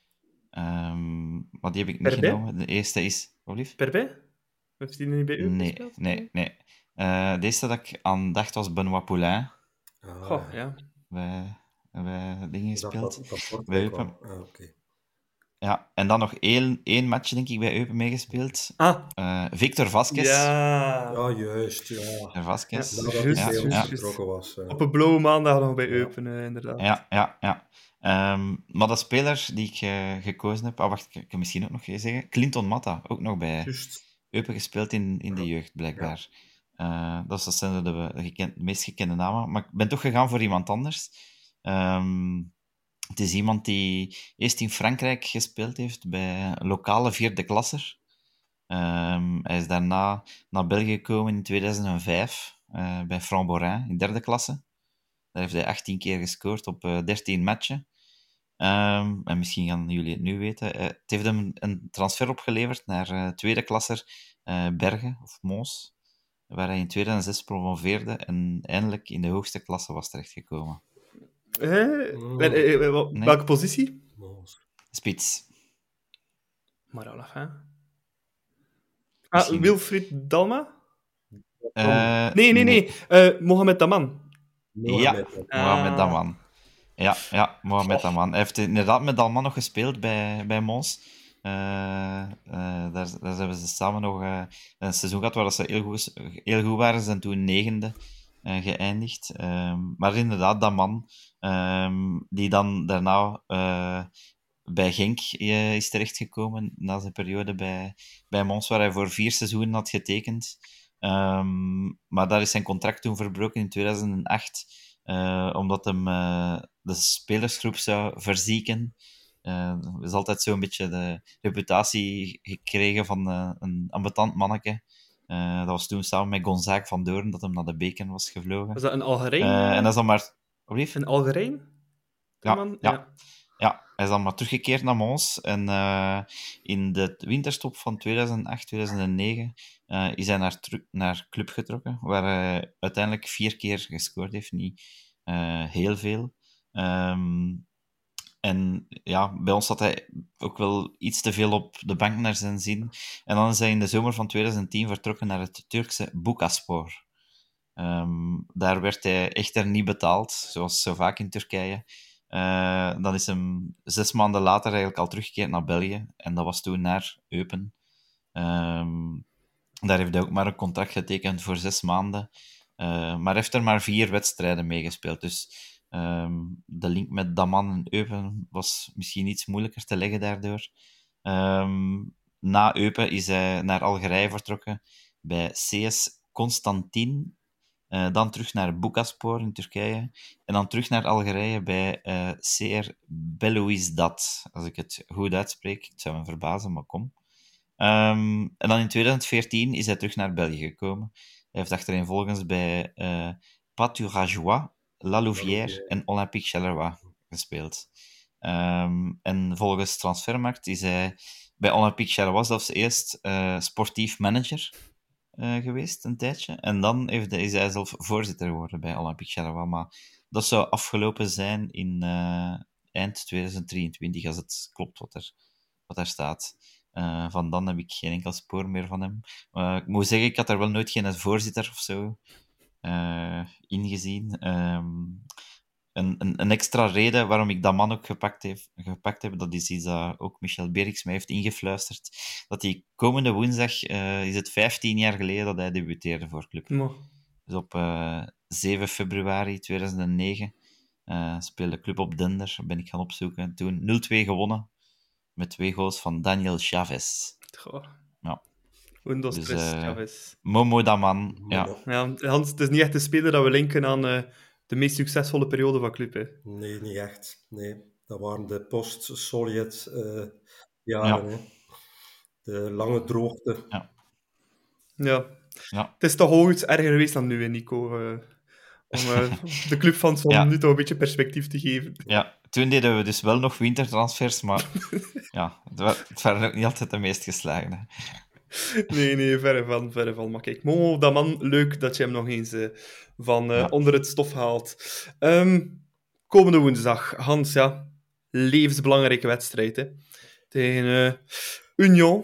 Um, maar die heb ik niet Perbij? genomen. De eerste is... Wat Perbij? Heeft die niet bij Eupen Nee, gespeeld? nee, nee. Uh, de eerste dat ik aan dacht was Benoît Poulain. Ah, Goh, ja. Bij, bij dingen gespeeld. Dat, dat, dat bij Eupen. Ah, okay. Ja, en dan nog één, één match, denk ik, bij Eupen meegespeeld. Ah. Uh, Victor Vasquez. Ja. Ja, juist. Ja. Victor Vasquez. Ja, dat just, ja, just, ja. just. was. Uh. Op een blauwe maandag nog bij Eupen, ja. uh, inderdaad. Ja, ja, ja. Um, maar de speler die ik uh, gekozen heb... Ah, wacht, ik kan misschien ook nog zeggen. Clinton Matta, ook nog bij just. Eupen gespeeld in, in de jeugd, blijkbaar. Ja. Uh, dat zijn de, de, geken, de meest gekende namen. Maar ik ben toch gegaan voor iemand anders. Um, Het is iemand die eerst in Frankrijk gespeeld heeft bij een lokale vierde klasser. Um, hij is daarna naar België gekomen in tweeduizend vijf uh, bij Framborin in derde klasse. Daar heeft hij achttien keer gescoord op uh, dertien matchen. Um, en misschien gaan jullie het nu weten. Uh, het heeft hem een transfer opgeleverd naar uh, tweede klasser uh, Bergen of Mons, waar hij in tweeduizend zes promoveerde en eindelijk in de hoogste klasse was terechtgekomen. Eh, oh. eh, eh, wel, nee. Welke positie? Spits. Maar al af, hè? Ah, Wilfried Dalma? Uh, nee, nee, nee. Uh, Mohamed Daman. Ja, ah. Mohamed Daman. Ja, ja Mohamed Daman. Hij heeft inderdaad met Dalman nog gespeeld bij, bij Mons. Uh, uh, daar, daar hebben ze samen nog uh, een seizoen gehad waar ze heel goed, heel goed waren. Ze zijn toen negende uh, geëindigd. Um, maar inderdaad, Daman, um, die dan daarna uh, bij Genk uh, is terechtgekomen na zijn periode bij, bij Mons, waar hij voor vier seizoenen had getekend. Um, maar daar is zijn contract toen verbroken in tweeduizend acht, uh, omdat hem uh, de spelersgroep zou verzieken. Uh, er is altijd zo'n beetje de reputatie gekregen van uh, een ambetant manneke. Uh, dat was toen samen met Gonzague van Doorn dat hem naar de beker was gevlogen. Was dat een Algerijn? Uh, en dat is dan maar... Oblief? Een Algerijn? Ja, ja, ja. ja, hij is dan maar teruggekeerd naar Mons. En uh, in de winterstop van tweeduizend acht tweeduizend negen uh, is hij naar, tru- naar club getrokken, waar hij uiteindelijk vier keer gescoord heeft. Niet uh, heel veel. Um, En ja, bij ons zat hij ook wel iets te veel op de bank naar zijn zin. En dan is hij in de zomer van tweeduizend tien vertrokken naar het Turkse Bucaspor. Um, daar werd hij echter niet betaald, zoals zo vaak in Turkije. Uh, dan is hem zes maanden later eigenlijk al teruggekeerd naar België. En dat was toen naar Eupen. Um, daar heeft hij ook maar een contract getekend voor zes maanden. Uh, maar heeft er maar vier wedstrijden meegespeeld. Dus... Um, de link met Daman en Eupen was misschien iets moeilijker te leggen daardoor. Um, na Eupen is hij naar Algerije vertrokken bij C S Constantin, uh, dan terug naar Bucaspor in Turkije en dan terug naar Algerije bij uh, C R Belouizdad, als ik het goed uitspreek. Het zou me verbazen, maar kom. Um, en dan in tweeduizend veertien is hij terug naar België gekomen. Hij heeft achtereenvolgens bij uh, Pâturage La Louvière en Olympique Charleroi gespeeld. Um, en volgens Transfermarkt is hij bij Olympique Charleroi zelfs eerst uh, sportief manager uh, geweest, een tijdje. En dan heeft hij, is hij zelf voorzitter geworden bij Olympique Charleroi. Maar dat zou afgelopen zijn in uh, eind tweeduizend drieëntwintig, als het klopt wat er, wat er staat. Uh, van dan heb ik geen enkel spoor meer van hem. Uh, ik moet zeggen, ik had er wel nooit geen voorzitter of zo uh, ingezien. Um, een, een, een extra reden waarom ik dat man ook gepakt, heeft, gepakt heb, dat is iets dat ook Michel Berks mij heeft ingefluisterd, dat die komende woensdag, uh, is het vijftien jaar geleden dat hij debuteerde voor Club. Ja. Dus op uh, zeven februari tweeduizend negen uh, speelde Club op Dender, ben ik gaan opzoeken. Toen nul twee gewonnen, met twee goals van Daniel Chavez. Goh. Ja. Windows Dus, Stress, uh, Chavez. Momo Daman, ja. Ja, Hans, het is niet echt een speler dat we linken aan uh, de meest succesvolle periode van Club, hè. Nee, niet echt. Nee, dat waren de post-Sovjet uh, jaren, ja. Hè. De lange droogte. Ja. Ja. ja. Het is toch ook iets erger geweest dan nu, hè, Nico. Uh, om uh, de clubfans van ja. nu toch een beetje perspectief te geven. Ja, toen deden we dus wel nog wintertransfers, maar ja, het waren ook niet altijd de meest geslaagde. Nee, nee, verre van, verre van. Maar kijk, Momo Daman, leuk dat je hem nog eens uh, van uh, ja. onder het stof haalt. Um, komende woensdag, Hans, ja, levensbelangrijke wedstrijd, hè. Tegen uh, Union.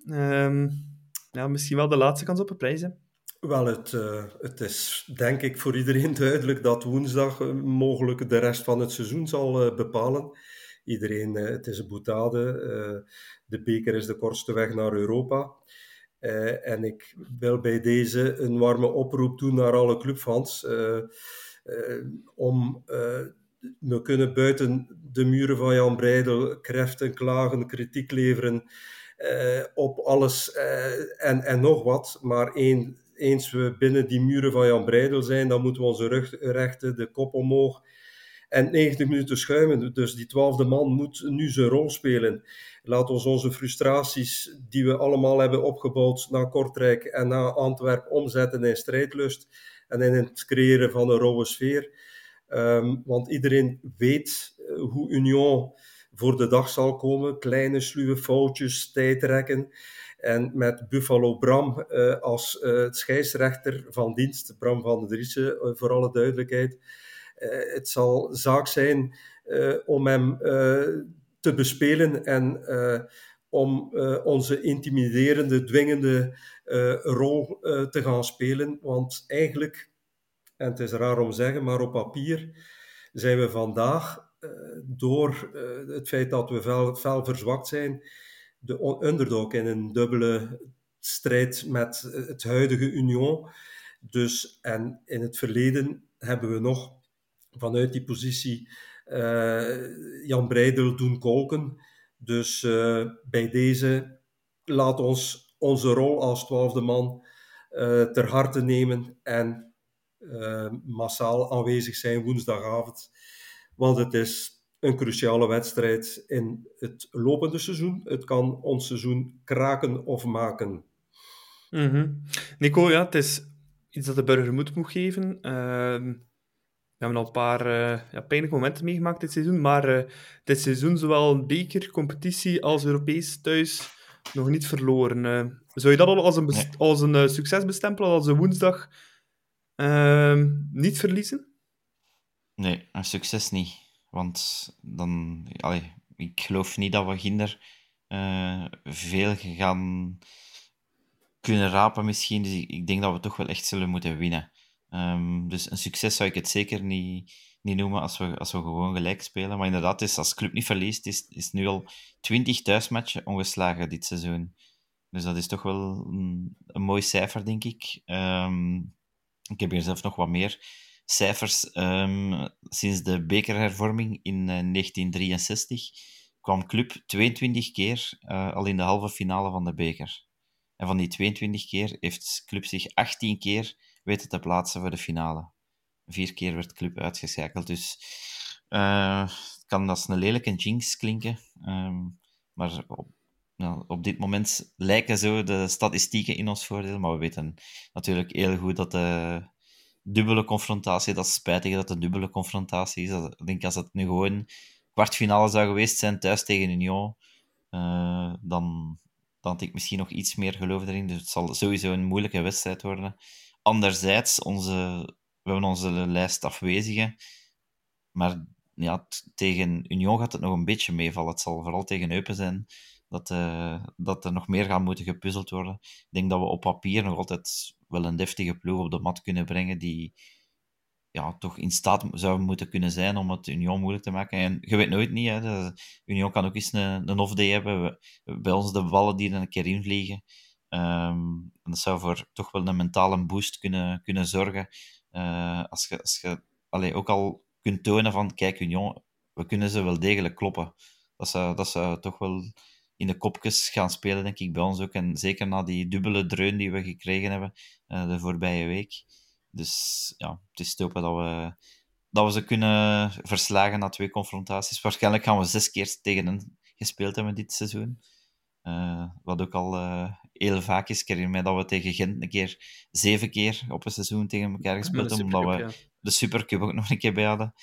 Um, ja, misschien wel de laatste kans op een prijs, hè. Wel, het, uh, het is denk ik voor iedereen duidelijk dat woensdag uh, mogelijk de rest van het seizoen zal uh, bepalen. Iedereen, uh, het is een boutade. Uh, de beker is de kortste weg naar Europa. Uh, en ik wil bij deze een warme oproep doen naar alle clubfans. Uh, uh, om, uh, we kunnen buiten de muren van Jan Breidel kreften, klagen, kritiek leveren uh, op alles uh, en, en nog wat. Maar één... Eens we binnen die muren van Jan Breidel zijn, dan moeten we onze rug rechten, de kop omhoog en negentig minuten schuimen. Dus die twaalfde man moet nu zijn rol spelen. Laat ons onze frustraties die we allemaal hebben opgebouwd na Kortrijk en na Antwerpen omzetten in strijdlust en in het creëren van een rauwe sfeer. Um, want iedereen weet hoe Union voor de dag zal komen. Kleine, sluwe foutjes, tijdrekken. En met Buffalo Bram uh, als uh, scheidsrechter van dienst, Bram van der Driessen, uh, voor alle duidelijkheid. Uh, het zal zaak zijn uh, om hem uh, te bespelen en uh, om uh, onze intimiderende, dwingende uh, rol uh, te gaan spelen. Want eigenlijk, en het is raar om te zeggen, maar op papier zijn we vandaag, uh, door uh, het feit dat we fel, fel verzwakt zijn, de underdog in een dubbele strijd met het huidige Union. Dus, en in het verleden hebben we nog vanuit die positie uh, Jan Breidel doen kolken. Dus uh, bij deze laat ons onze rol als twaalfde man uh, ter harte nemen en uh, massaal aanwezig zijn woensdagavond. Want het is een cruciale wedstrijd in het lopende seizoen. Het kan ons seizoen kraken of maken. Mm-hmm. Nico, ja, het is iets dat de burger moed moet geven. Uh, we hebben al een paar uh, ja, pijnlijke momenten meegemaakt dit seizoen, maar uh, dit seizoen zowel beker, competitie als Europees thuis nog niet verloren. Uh, zou je dat al als een, best- nee. als een uh, succes bestempelen, als een woensdag uh, niet verliezen? Nee, een succes niet. Want dan, allee, ik geloof niet dat we ginder uh, veel gaan kunnen rapen misschien. Dus ik, ik denk dat we toch wel echt zullen moeten winnen. Um, dus een succes zou ik het zeker niet, niet noemen als we, als we gewoon gelijk spelen. Maar inderdaad, is, als club niet verliest, is, is nu al twintig thuismatchen ongeslagen dit seizoen. Dus dat is toch wel een, een mooi cijfer, denk ik. Um, ik heb hier zelf nog wat meer cijfers. Um, sinds de bekerhervorming in uh, negentien drieënzestig kwam Club tweeëntwintig keer uh, al in de halve finale van de beker. En van die tweeëntwintig keer heeft Club zich achttien keer weten te plaatsen voor de finale. Vier keer werd Club uitgeschakeld. Dus uh, het kan als een lelijke jinx klinken. Um, maar op, nou, op dit moment lijken zo de statistieken in ons voordeel. Maar we weten natuurlijk heel goed dat de dubbele confrontatie, dat is spijtig dat het een dubbele confrontatie is. Ik denk als het nu gewoon kwartfinale zou geweest zijn thuis tegen Union, uh, dan, dan had ik misschien nog iets meer geloof erin. Dus het zal sowieso een moeilijke wedstrijd worden. Anderzijds, onze, we hebben onze lijst afwezigen, maar ja, t- tegen Union gaat het nog een beetje meevallen. Het zal vooral tegen Eupen zijn dat, uh, dat er nog meer gaat moeten gepuzzeld worden. Ik denk dat we op papier nog altijd wel een deftige ploeg op de mat kunnen brengen die ja, toch in staat zou moeten kunnen zijn om het Union moeilijk te maken. En je weet nooit niet, hè. De Union kan ook eens een, een off-day hebben. We, bij ons de ballen die er een keer invliegen. Um, en dat zou voor toch wel een mentale boost kunnen, kunnen zorgen. Uh, als je, als je allee, ook al kunt tonen van, kijk Union, we kunnen ze wel degelijk kloppen. Dat zou, dat zou toch wel in de kopjes gaan spelen, denk ik, bij ons ook. En zeker na die dubbele dreun die we gekregen hebben uh, de voorbije week. Dus ja, het is te hopen dat we, dat we ze kunnen verslagen na twee confrontaties. Waarschijnlijk gaan we zes keer tegen hen gespeeld hebben dit seizoen. Uh, wat ook al uh, heel vaak is. Ik herinner mij dat we tegen Gent een keer zeven keer op een seizoen tegen elkaar gespeeld hebben, omdat we ja. de Supercup ook nog een keer bij hadden.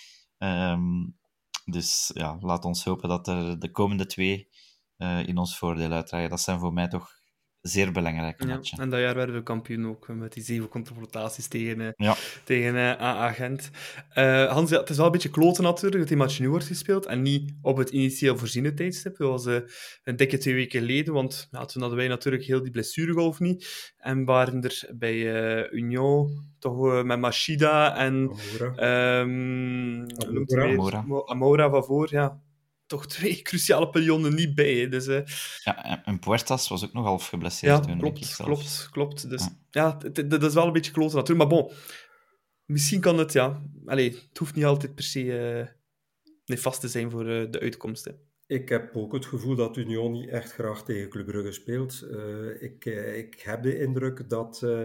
Um, dus ja, laat ons hopen dat er de komende twee uh, in ons voordeel uitdraaien. Dat zijn voor mij toch zeer belangrijke ja, matchen. En dat jaar werden we kampioen ook, met die zeven confrontaties tegen, uh, ja. tegen uh, A A Gent. Uh, Hans, ja, het is wel een beetje kloten natuurlijk dat die match nu wordt gespeeld en niet op het initieel voorziene tijdstip. Dat was uh, een dikke twee weken geleden, want ja, toen hadden wij natuurlijk heel die blessuregolf niet. En waren er bij uh, Union toch uh, met Machida en Amora, um, Amora. Amora van voor, ja. Toch twee cruciale perioden niet bij. Hè. Dus, uh... ja, en Puertas was ook nog half geblesseerd. Ja, toen, klopt, klopt, klopt. Dus ja, ja, dat is wel een beetje kloten natuurlijk. Maar bon, misschien kan het, ja... Allee, het hoeft niet altijd per se uh, nefast te zijn voor uh, de uitkomsten. Ik heb ook het gevoel dat Union niet echt graag tegen Club Brugge speelt. Uh, ik, uh, ik heb de indruk dat... Uh,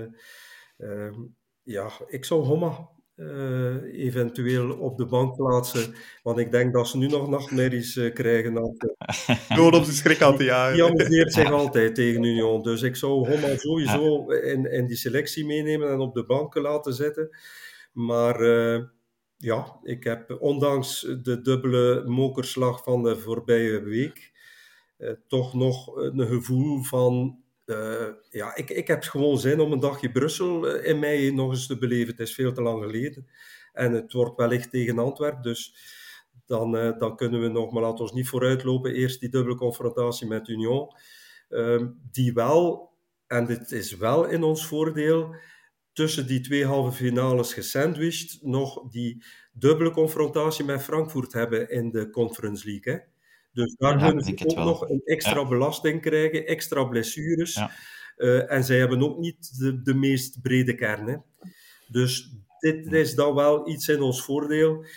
uh, ja, ik zou Homma... Uh, eventueel op de bank plaatsen, want ik denk dat ze nu nog nachtmerries uh, krijgen. Gewoon op zijn schrik aan te jagen. Die amuseert zich altijd tegen Union, dus ik zou Homma sowieso in, in die selectie meenemen en op de bank laten zitten. Maar uh, ja, ik heb ondanks de dubbele mokerslag van de voorbije week uh, toch nog een gevoel van Uh, ja, ik, ik heb gewoon zin om een dagje Brussel uh, in mei nog eens te beleven. Het is veel te lang geleden. En het wordt wellicht tegen Antwerpen. Dus dan, uh, dan kunnen we nog, maar laten we ons niet vooruitlopen. Eerst die dubbele confrontatie met Union. Uh, die wel, en dit is wel in ons voordeel, tussen die twee halve finales gesandwiched, nog die dubbele confrontatie met Frankfurt hebben in de Conference League, hè. Dus daar ja, kunnen ze ook wel. nog een extra ja. belasting krijgen, extra blessures. Ja. Uh, en zij hebben ook niet de, de meest brede kern. Hè. Dus dit is dan wel iets in ons voordeel.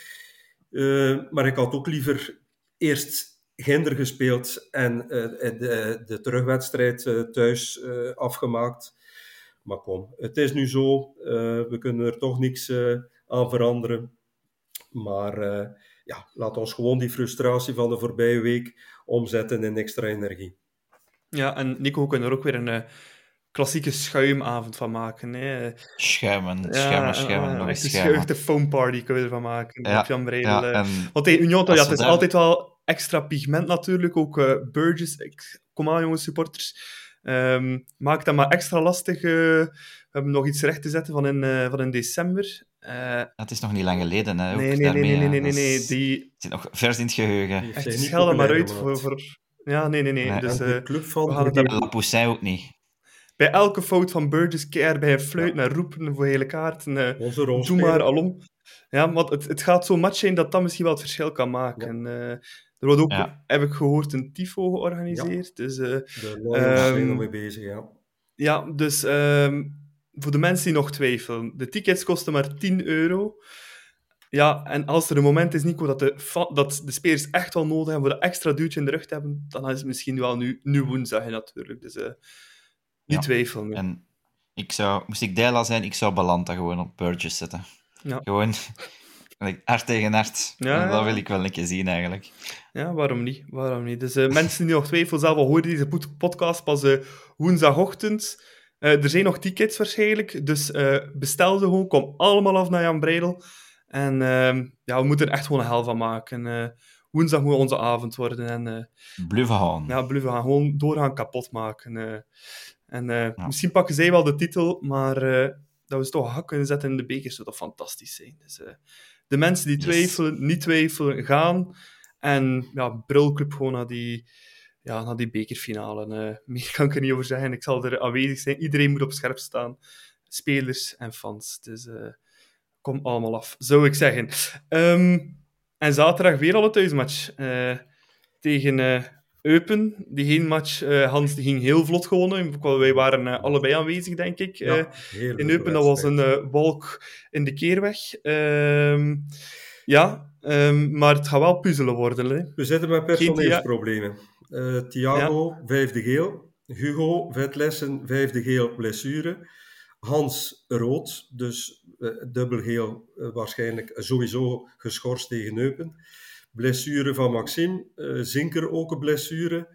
Uh, maar ik had ook liever eerst Ginder gespeeld en uh, de, de terugwedstrijd uh, thuis uh, afgemaakt. Maar kom, het is nu zo. Uh, we kunnen er toch niks uh, aan veranderen. Maar... Uh, Ja, laat ons gewoon die frustratie van de voorbije week omzetten in extra energie. Ja, en Nico, we kunnen er ook weer een uh, klassieke schuimavond van maken. Hè. Schuimen, ja, schuimen, schuimen, uh, nog eens een schuimen. schuichte foamparty kunnen we ervan maken. Ja, op Jan Breidel. ja, uh. en Want tegen Union, ja, het is daar... altijd wel extra pigment natuurlijk. Ook uh, Burgess, ik, kom aan jongens, supporters. Um, maak dat maar extra lastig. Uh, we hebben nog iets recht te zetten van in, uh, van in december. Uh, het is nog niet lang geleden, hè? Ook nee, nee, daarmee, nee, nee, nee, nee, nee, nee. Die... zit nog vers in het geheugen. Echt, schel er maar uit voor, voor... Ja, nee, nee, nee. nee. Dus, uh, de club van we gaan het daar... La Poussin ook niet. Bij elke fout van Burgess keer bij een fluit naar roepen voor hele kaart. En, uh, Onze doe maar alom. Ja, maar het, het gaat zo'n match zijn dat dat misschien wel het verschil kan maken. Ja. Uh, er wordt ook, ja. heb ik gehoord, een tifo georganiseerd. Ja. Dus, uh, de Lions um, zijn er mee bezig, ja. Ja, dus um, voor de mensen die nog twijfelen. De tickets kosten maar tien euro. Ja, en als er een moment is, Nico, dat de, fa- dat de spelers echt wel nodig hebben voor dat extra duwtje in de rug te hebben, dan is het misschien wel nu, nu woensdag natuurlijk. Dus uh, niet ja. twijfelen. En ik zou, moest ik Dijla zijn, ik zou Balanta gewoon op Burgess zetten. Ja. Gewoon hart tegen hart. Ja, dat wil ik wel een keer zien, eigenlijk. Ja, waarom niet? Waarom niet? Dus uh, mensen die nog twijfelen, zelf al horen deze podcast pas uh, woensdagochtend. Uh, er zijn nog tickets waarschijnlijk, dus uh, bestel ze gewoon. Kom allemaal af naar Jan Breidel. En uh, ja, we moeten er echt gewoon een hel van maken. Uh, woensdag moet onze avond worden. En, uh, bluffen gaan. Ja, bluffen gaan. Gewoon doorgaan kapot maken. Uh, en uh, ja. Misschien pakken zij wel de titel, maar uh, dat we ze toch hak kunnen zetten in de bekers zou toch fantastisch zijn. Dus uh, de mensen die twijfelen, yes. niet twijfelen, gaan. En ja, Brilclub gewoon naar die, ja, naar die bekerfinale. Uh, meer kan ik er niet over zeggen. Ik zal er aanwezig zijn. Iedereen moet op scherp staan. Spelers en fans. Dus uh, kom allemaal af, zou ik zeggen. Um, en zaterdag weer al een thuismatch. Uh, tegen uh, Eupen. Die heenmatch, uh, Hans, die ging heel vlot gewonnen. Wij waren uh, allebei aanwezig, denk ik. Uh, ja, in Eupen, dat was een uh, wolk in de keerweg. Uh, ja, um, maar het gaat wel puzzelen worden. Hè. We zitten met personeelsproblemen. Uh, Thiago, ja. vijfde geel. Hugo, vetlessen, vijfde geel, blessure. Hans, rood. Dus uh, dubbel geel, uh, waarschijnlijk sowieso geschorst tegen Eupen. Blessure van Maxime. Uh, Zinker ook een blessure.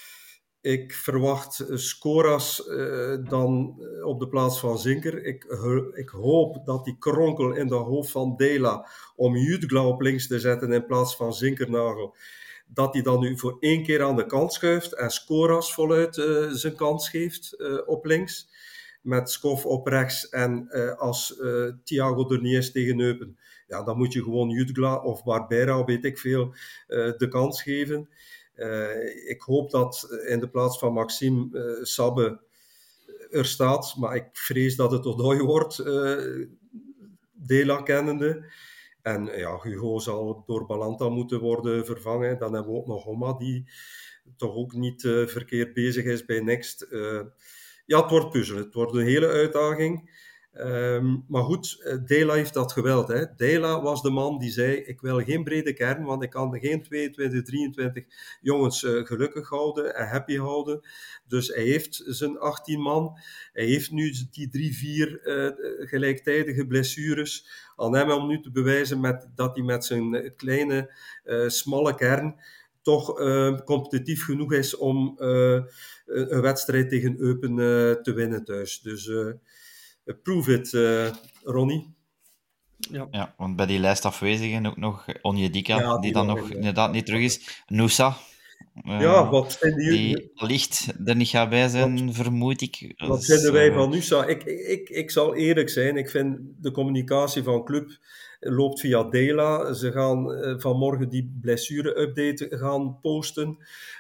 Ik verwacht Skoras uh, dan op de plaats van Zinker. Ik, uh, ik hoop dat die kronkel in de hoofd van Dela om Jutgla op links te zetten in plaats van Zinkernagel, dat hij dan nu voor één keer aan de kant schuift en Skoras voluit uh, zijn kans geeft uh, op links. Met Skof op rechts en uh, als uh, Thiago er niet is tegen Eupen, ja, dan moet je gewoon Jutgla of Barbera, weet ik veel, uh, de kans geven. Uh, ik hoop dat in de plaats van Maxime uh, Sabbe er staat, maar ik vrees dat het Odoi wordt, uh, Dela kennende. En uh, ja, Hugo zal door Balanta moeten worden vervangen. Dan hebben we ook nog Homa, die toch ook niet uh, verkeerd bezig is bij Next. Uh, ja, het wordt puzzelen. Het wordt een hele uitdaging. Um, maar goed, Dela heeft dat geweld. Hè. Dela was de man die zei, ik wil geen brede kern, want ik kan geen tweeëntwintig, drieëntwintig jongens uh, gelukkig houden en happy houden. Dus hij heeft zijn achttien man. Hij heeft nu die drie, vier uh, gelijktijdige blessures. Aan hem om nu te bewijzen met, dat hij met zijn kleine, uh, smalle kern toch uh, competitief genoeg is om uh, een wedstrijd tegen Eupen uh, te winnen thuis. Dus... Uh, Prove it, uh, Ronnie. Ja. ja, want bij die lijst afwezigen ook nog Onyedika, ja, die, die dan nog inderdaad niet terug is. Noosa, uh, ja, wat vinden jullie? Die allicht er niet gaat bij zijn, wat, vermoed ik. Wat dus, vinden wij uh, van Noosa? Ik, ik, ik zal eerlijk zijn, ik vind de communicatie van club loopt via Dela. Ze gaan uh, vanmorgen die blessure-update gaan posten.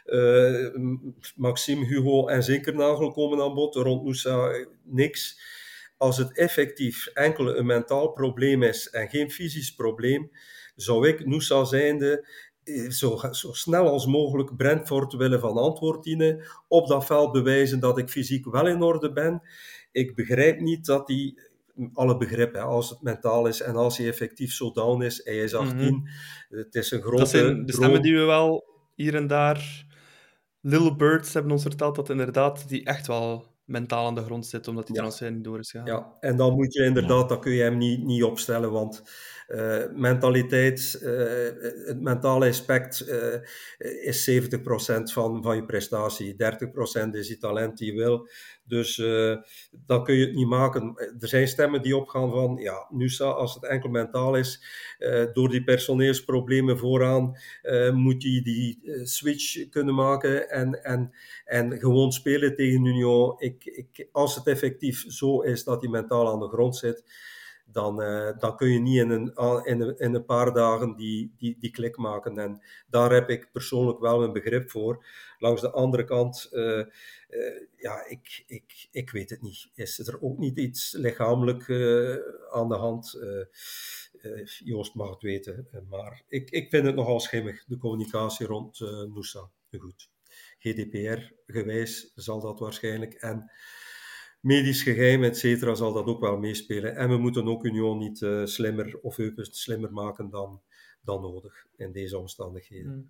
Uh, Maxime, Hugo en Zinkernagel komen aan bod. Rond Noosa niks. Als het effectief enkel een mentaal probleem is en geen fysisch probleem, zou ik, Noosa zijnde, zo, zo snel als mogelijk Brentford willen van antwoord dienen, op dat veld bewijzen dat ik fysiek wel in orde ben. Ik begrijp niet dat hij, alle begrip, hè, als het mentaal is en als hij effectief zo down is, hij is achttien, mm-hmm. Het is een grote... Dat zijn de stemmen die we wel hier en daar... Little Birds hebben ons verteld dat inderdaad die echt wel... mentaal aan de grond zit, omdat die ja. transfer niet door is gegaan. Ja, en dan moet je inderdaad, ja. dan kun je hem niet, niet opstellen, want uh, mentaliteit, uh, het mentale aspect uh, is zeventig procent van, van je prestatie, dertig procent is je talent die je wil, dus uh, dan kun je het niet maken. Er zijn stemmen die opgaan van, ja, Noosa, als het enkel mentaal is, uh, door die personeelsproblemen vooraan, uh, moet hij die uh, switch kunnen maken en, en, en gewoon spelen tegen Union. Ik, ik, als het effectief zo is dat hij mentaal aan de grond zit, dan, uh, dan kun je niet in een, in een, in een paar dagen die, die, die klik maken. En daar heb ik persoonlijk wel een begrip voor. Langs de andere kant, uh, uh, ja, ik, ik, ik weet het niet. Is er ook niet iets lichamelijk uh, aan de hand? Uh, uh, Joost mag het weten. Uh, maar ik, ik vind het nogal schimmig, de communicatie rond uh, Noosa. Goed. G D P R-gewijs zal dat waarschijnlijk. En medisch geheim, et cetera, zal dat ook wel meespelen. En we moeten ook Union niet uh, slimmer of Eupen slimmer maken dan, dan nodig in deze omstandigheden. Hmm.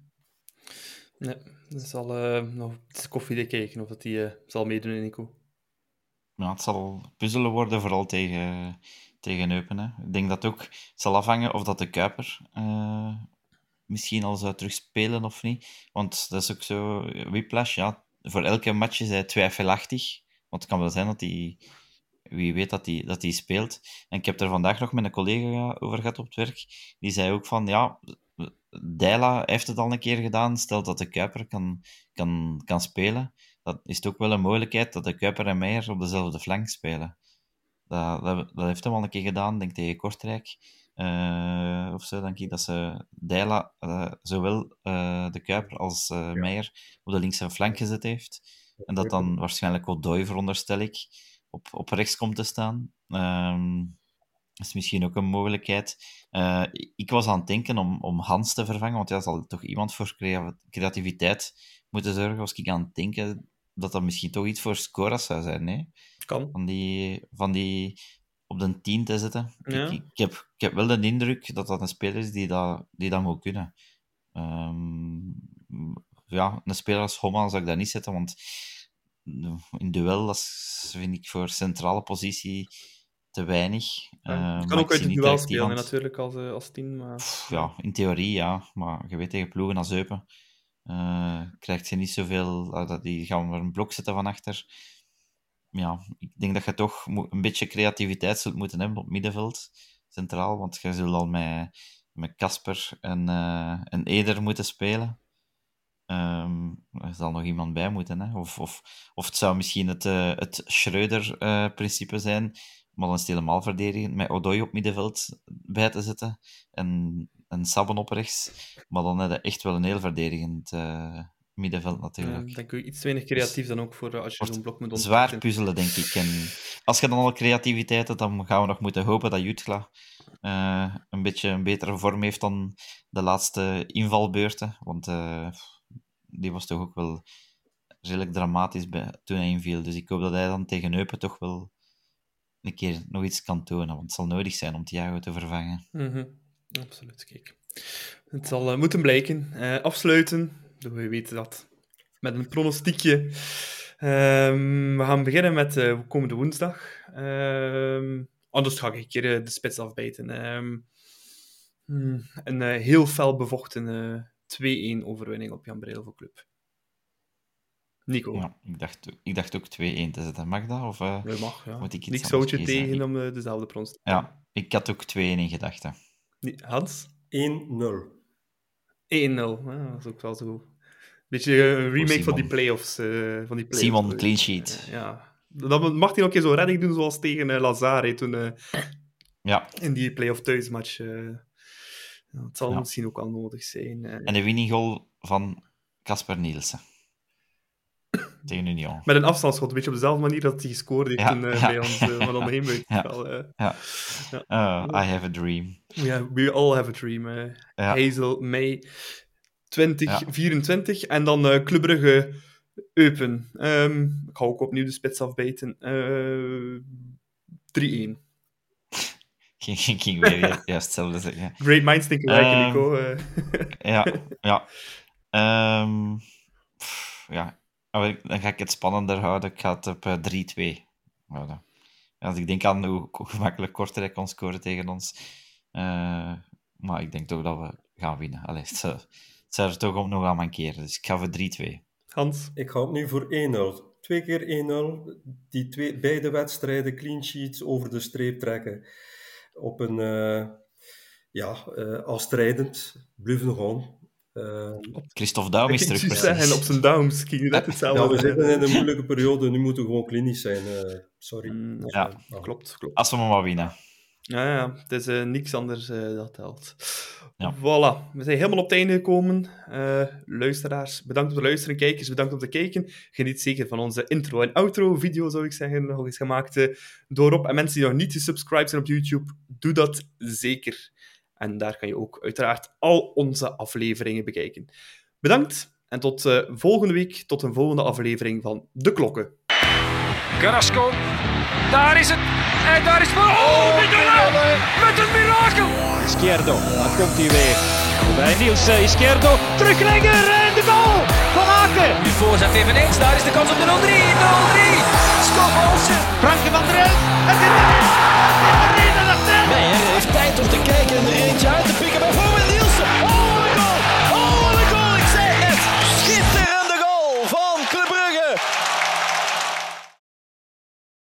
Nee, dat zal uh, nog koffie kijken of dat hij uh, zal meedoen, Nico. Ja, het zal puzzelen worden, vooral tegen, tegen Eupen. Hè. Ik denk dat het ook het zal afhangen of dat de Kuiper uh, misschien al zou terugspelen of niet. Want dat is ook zo, Whiplash, ja, voor elke match is hij twijfelachtig. Want het kan wel zijn dat hij, wie weet dat hij, dat hij speelt. En ik heb er vandaag nog met een collega over gehad op het werk. Die zei ook van, ja, Dela heeft het al een keer gedaan. Stel dat de Kuiper kan, kan, kan spelen. Dat is het ook wel een mogelijkheid dat de Kuiper en Meijer op dezelfde flank spelen. Dat, dat, dat heeft hem al een keer gedaan, denk ik, tegen Kortrijk. uh, of zo, denk ik, dat ze Deila, uh, zowel uh, de Kuiper als uh, ja. Meijer op de linkse flank gezet heeft. En dat dan waarschijnlijk Odoi, veronderstel ik, op, op rechts komt te staan. Um, dat is misschien ook een mogelijkheid. Uh, ik was aan het denken om, om Hans te vervangen, want ja, zal toch iemand voor crea- creativiteit moeten zorgen. Was ik aan het denken dat dat misschien toch iets voor Scoras zou zijn, nee? Kan. Van die, van die op de tien te zetten. Ja. Ik, ik, heb, ik heb wel de indruk dat dat een speler is die dat, die dat moet kunnen. Um, ja, een speler als Homma zou ik daar niet zetten, want in duel, dat is, vind ik voor centrale positie te weinig. Ja, uh, je kan ook uit het niet duel direct spelen, iemand... natuurlijk, als, als tien. Maar... Pff, ja, in theorie ja, maar je weet tegen ploegen als Eupen uh, krijgt je niet zoveel... Uh, die gaan we een blok zetten van achter. Ja, ik denk dat je toch een beetje creativiteit zult moeten hebben op middenveld, centraal, want je zult al met met Kasper en, uh, en Eder moeten spelen. Um, er zal nog iemand bij moeten, hè? Of, of, of het zou misschien het, uh, het Schreuder-principe uh, zijn, maar dan is het helemaal verdedigend, met Odoi op middenveld bij te zetten en, en Sabben op rechts. Maar dan heb je echt wel een heel verdedigend uh, middenveld natuurlijk. Ja, denk ik iets te weinig creatief dus dan ook voor uh, als je zo'n blok moet ontzetten. Zwaar puzzelen, denk ik. En als je dan al creativiteit hebt, dan gaan we nog moeten hopen dat Jutgla uh, een beetje een betere vorm heeft dan de laatste invalbeurten. Want uh, die was toch ook wel redelijk dramatisch bij, toen hij inviel. Dus ik hoop dat hij dan tegen Eupen toch wel een keer nog iets kan tonen. Want het zal nodig zijn om Thiago te vervangen. Mm-hmm. Absoluut, kijk. Het zal uh, moeten blijken. Uh, afsluiten. We weten dat. Met een pronostiekje. Um, we gaan beginnen met uh, komende woensdag. Um, anders ga ik een keer uh, de spits afbijten. Um, hmm, een uh, heel fel bevochten uh, twee-één overwinning op Jan Breidel Club. Nico. Ja, ik, dacht, ik dacht ook twee-één te zetten. Mag dat? Of, uh, dat mag, ja. Moet ik iets Niks zoutje tegen ik... om uh, dezelfde pronostiek. Ja, ik had ook twee-één in gedachten. Hans? één nul. één nul. Ah, dat is ook wel zo. Beetje een remake van die play-offs. Uh, van die play-offs. Simon, clean sheet. Uh, ja. Dan mag hij nog een keer zo redding doen zoals tegen uh, Lazare toen uh, ja. in die play-off thuismatch. Uh, ja, het zal ja. misschien ook wel nodig zijn. Uh. En de winning goal van Casper Nielsen. Tegen Union. Met een afstandsschot, een beetje op dezelfde manier dat hij gescoord heeft ja, toen, uh, ja. bij ons, uh, maar dan heen buitenspel. Ja. Uh. ja. ja. Uh, I have a dream. Ja, yeah, we all have a dream. Uh. Ja. Hazel, mei twintig vierentwintig. Ja. En dan uh, Club Brugge Eupen. Um, ik ga ook opnieuw de spits afbijten. Uh, drie-één. Ik ging weer juist hetzelfde zeggen. Great minds think alike, um, Nico. Uh. ja, ja. Um, pff, ja. Dan ga ik het spannender houden. Ik ga het op uh, drie-twee houden. Als ik denk aan hoe gemakkelijk Kortrijk kon scoren tegen ons. Uh, maar ik denk toch dat we gaan winnen. Allee, het, zou, het zou er toch om nog aan mankeren. Dus ik ga voor drie-twee. Hans? Ik ga nu voor één nul. Twee keer één nul. Die twee, beide wedstrijden clean sheets over de streep trekken. Op een... Uh, ja, uh, als strijdend. Blijven gewoon. Uh, Christophe Daum is terug. En op zijn Daums ging net hetzelfde. Ja, we zitten in een moeilijke periode. Nu moeten we gewoon klinisch zijn. Uh, sorry. Mm, ja, ja, klopt, klopt. Als we maar winnen. Ja, ja, het is uh, niks anders uh, dat telt. Ja. Voilà, we zijn helemaal op het einde gekomen. Uh, luisteraars, bedankt om te luisteren. Kijkers, bedankt om te kijken. Geniet zeker van onze intro- en outro-video, zou ik zeggen. Nog eens gemaakt uh, door Rob. En mensen die nog niet gesubscribed zijn op YouTube, doe dat zeker. En daar kan je ook uiteraard al onze afleveringen bekijken. Bedankt en tot uh, volgende week, tot een volgende aflevering van De Klokken. Carrasco, daar is het. En daar is... Oh, Mignolet! Met een mirakel! Izquierdo, dan komt hij weer. Bij Niels Izquierdo, teruglegger en de goal van Aken. Nu voorzet eveneens, daar is de kans op de nul drie. nul drie, Scott Olsen. Frankie van der Elf, het is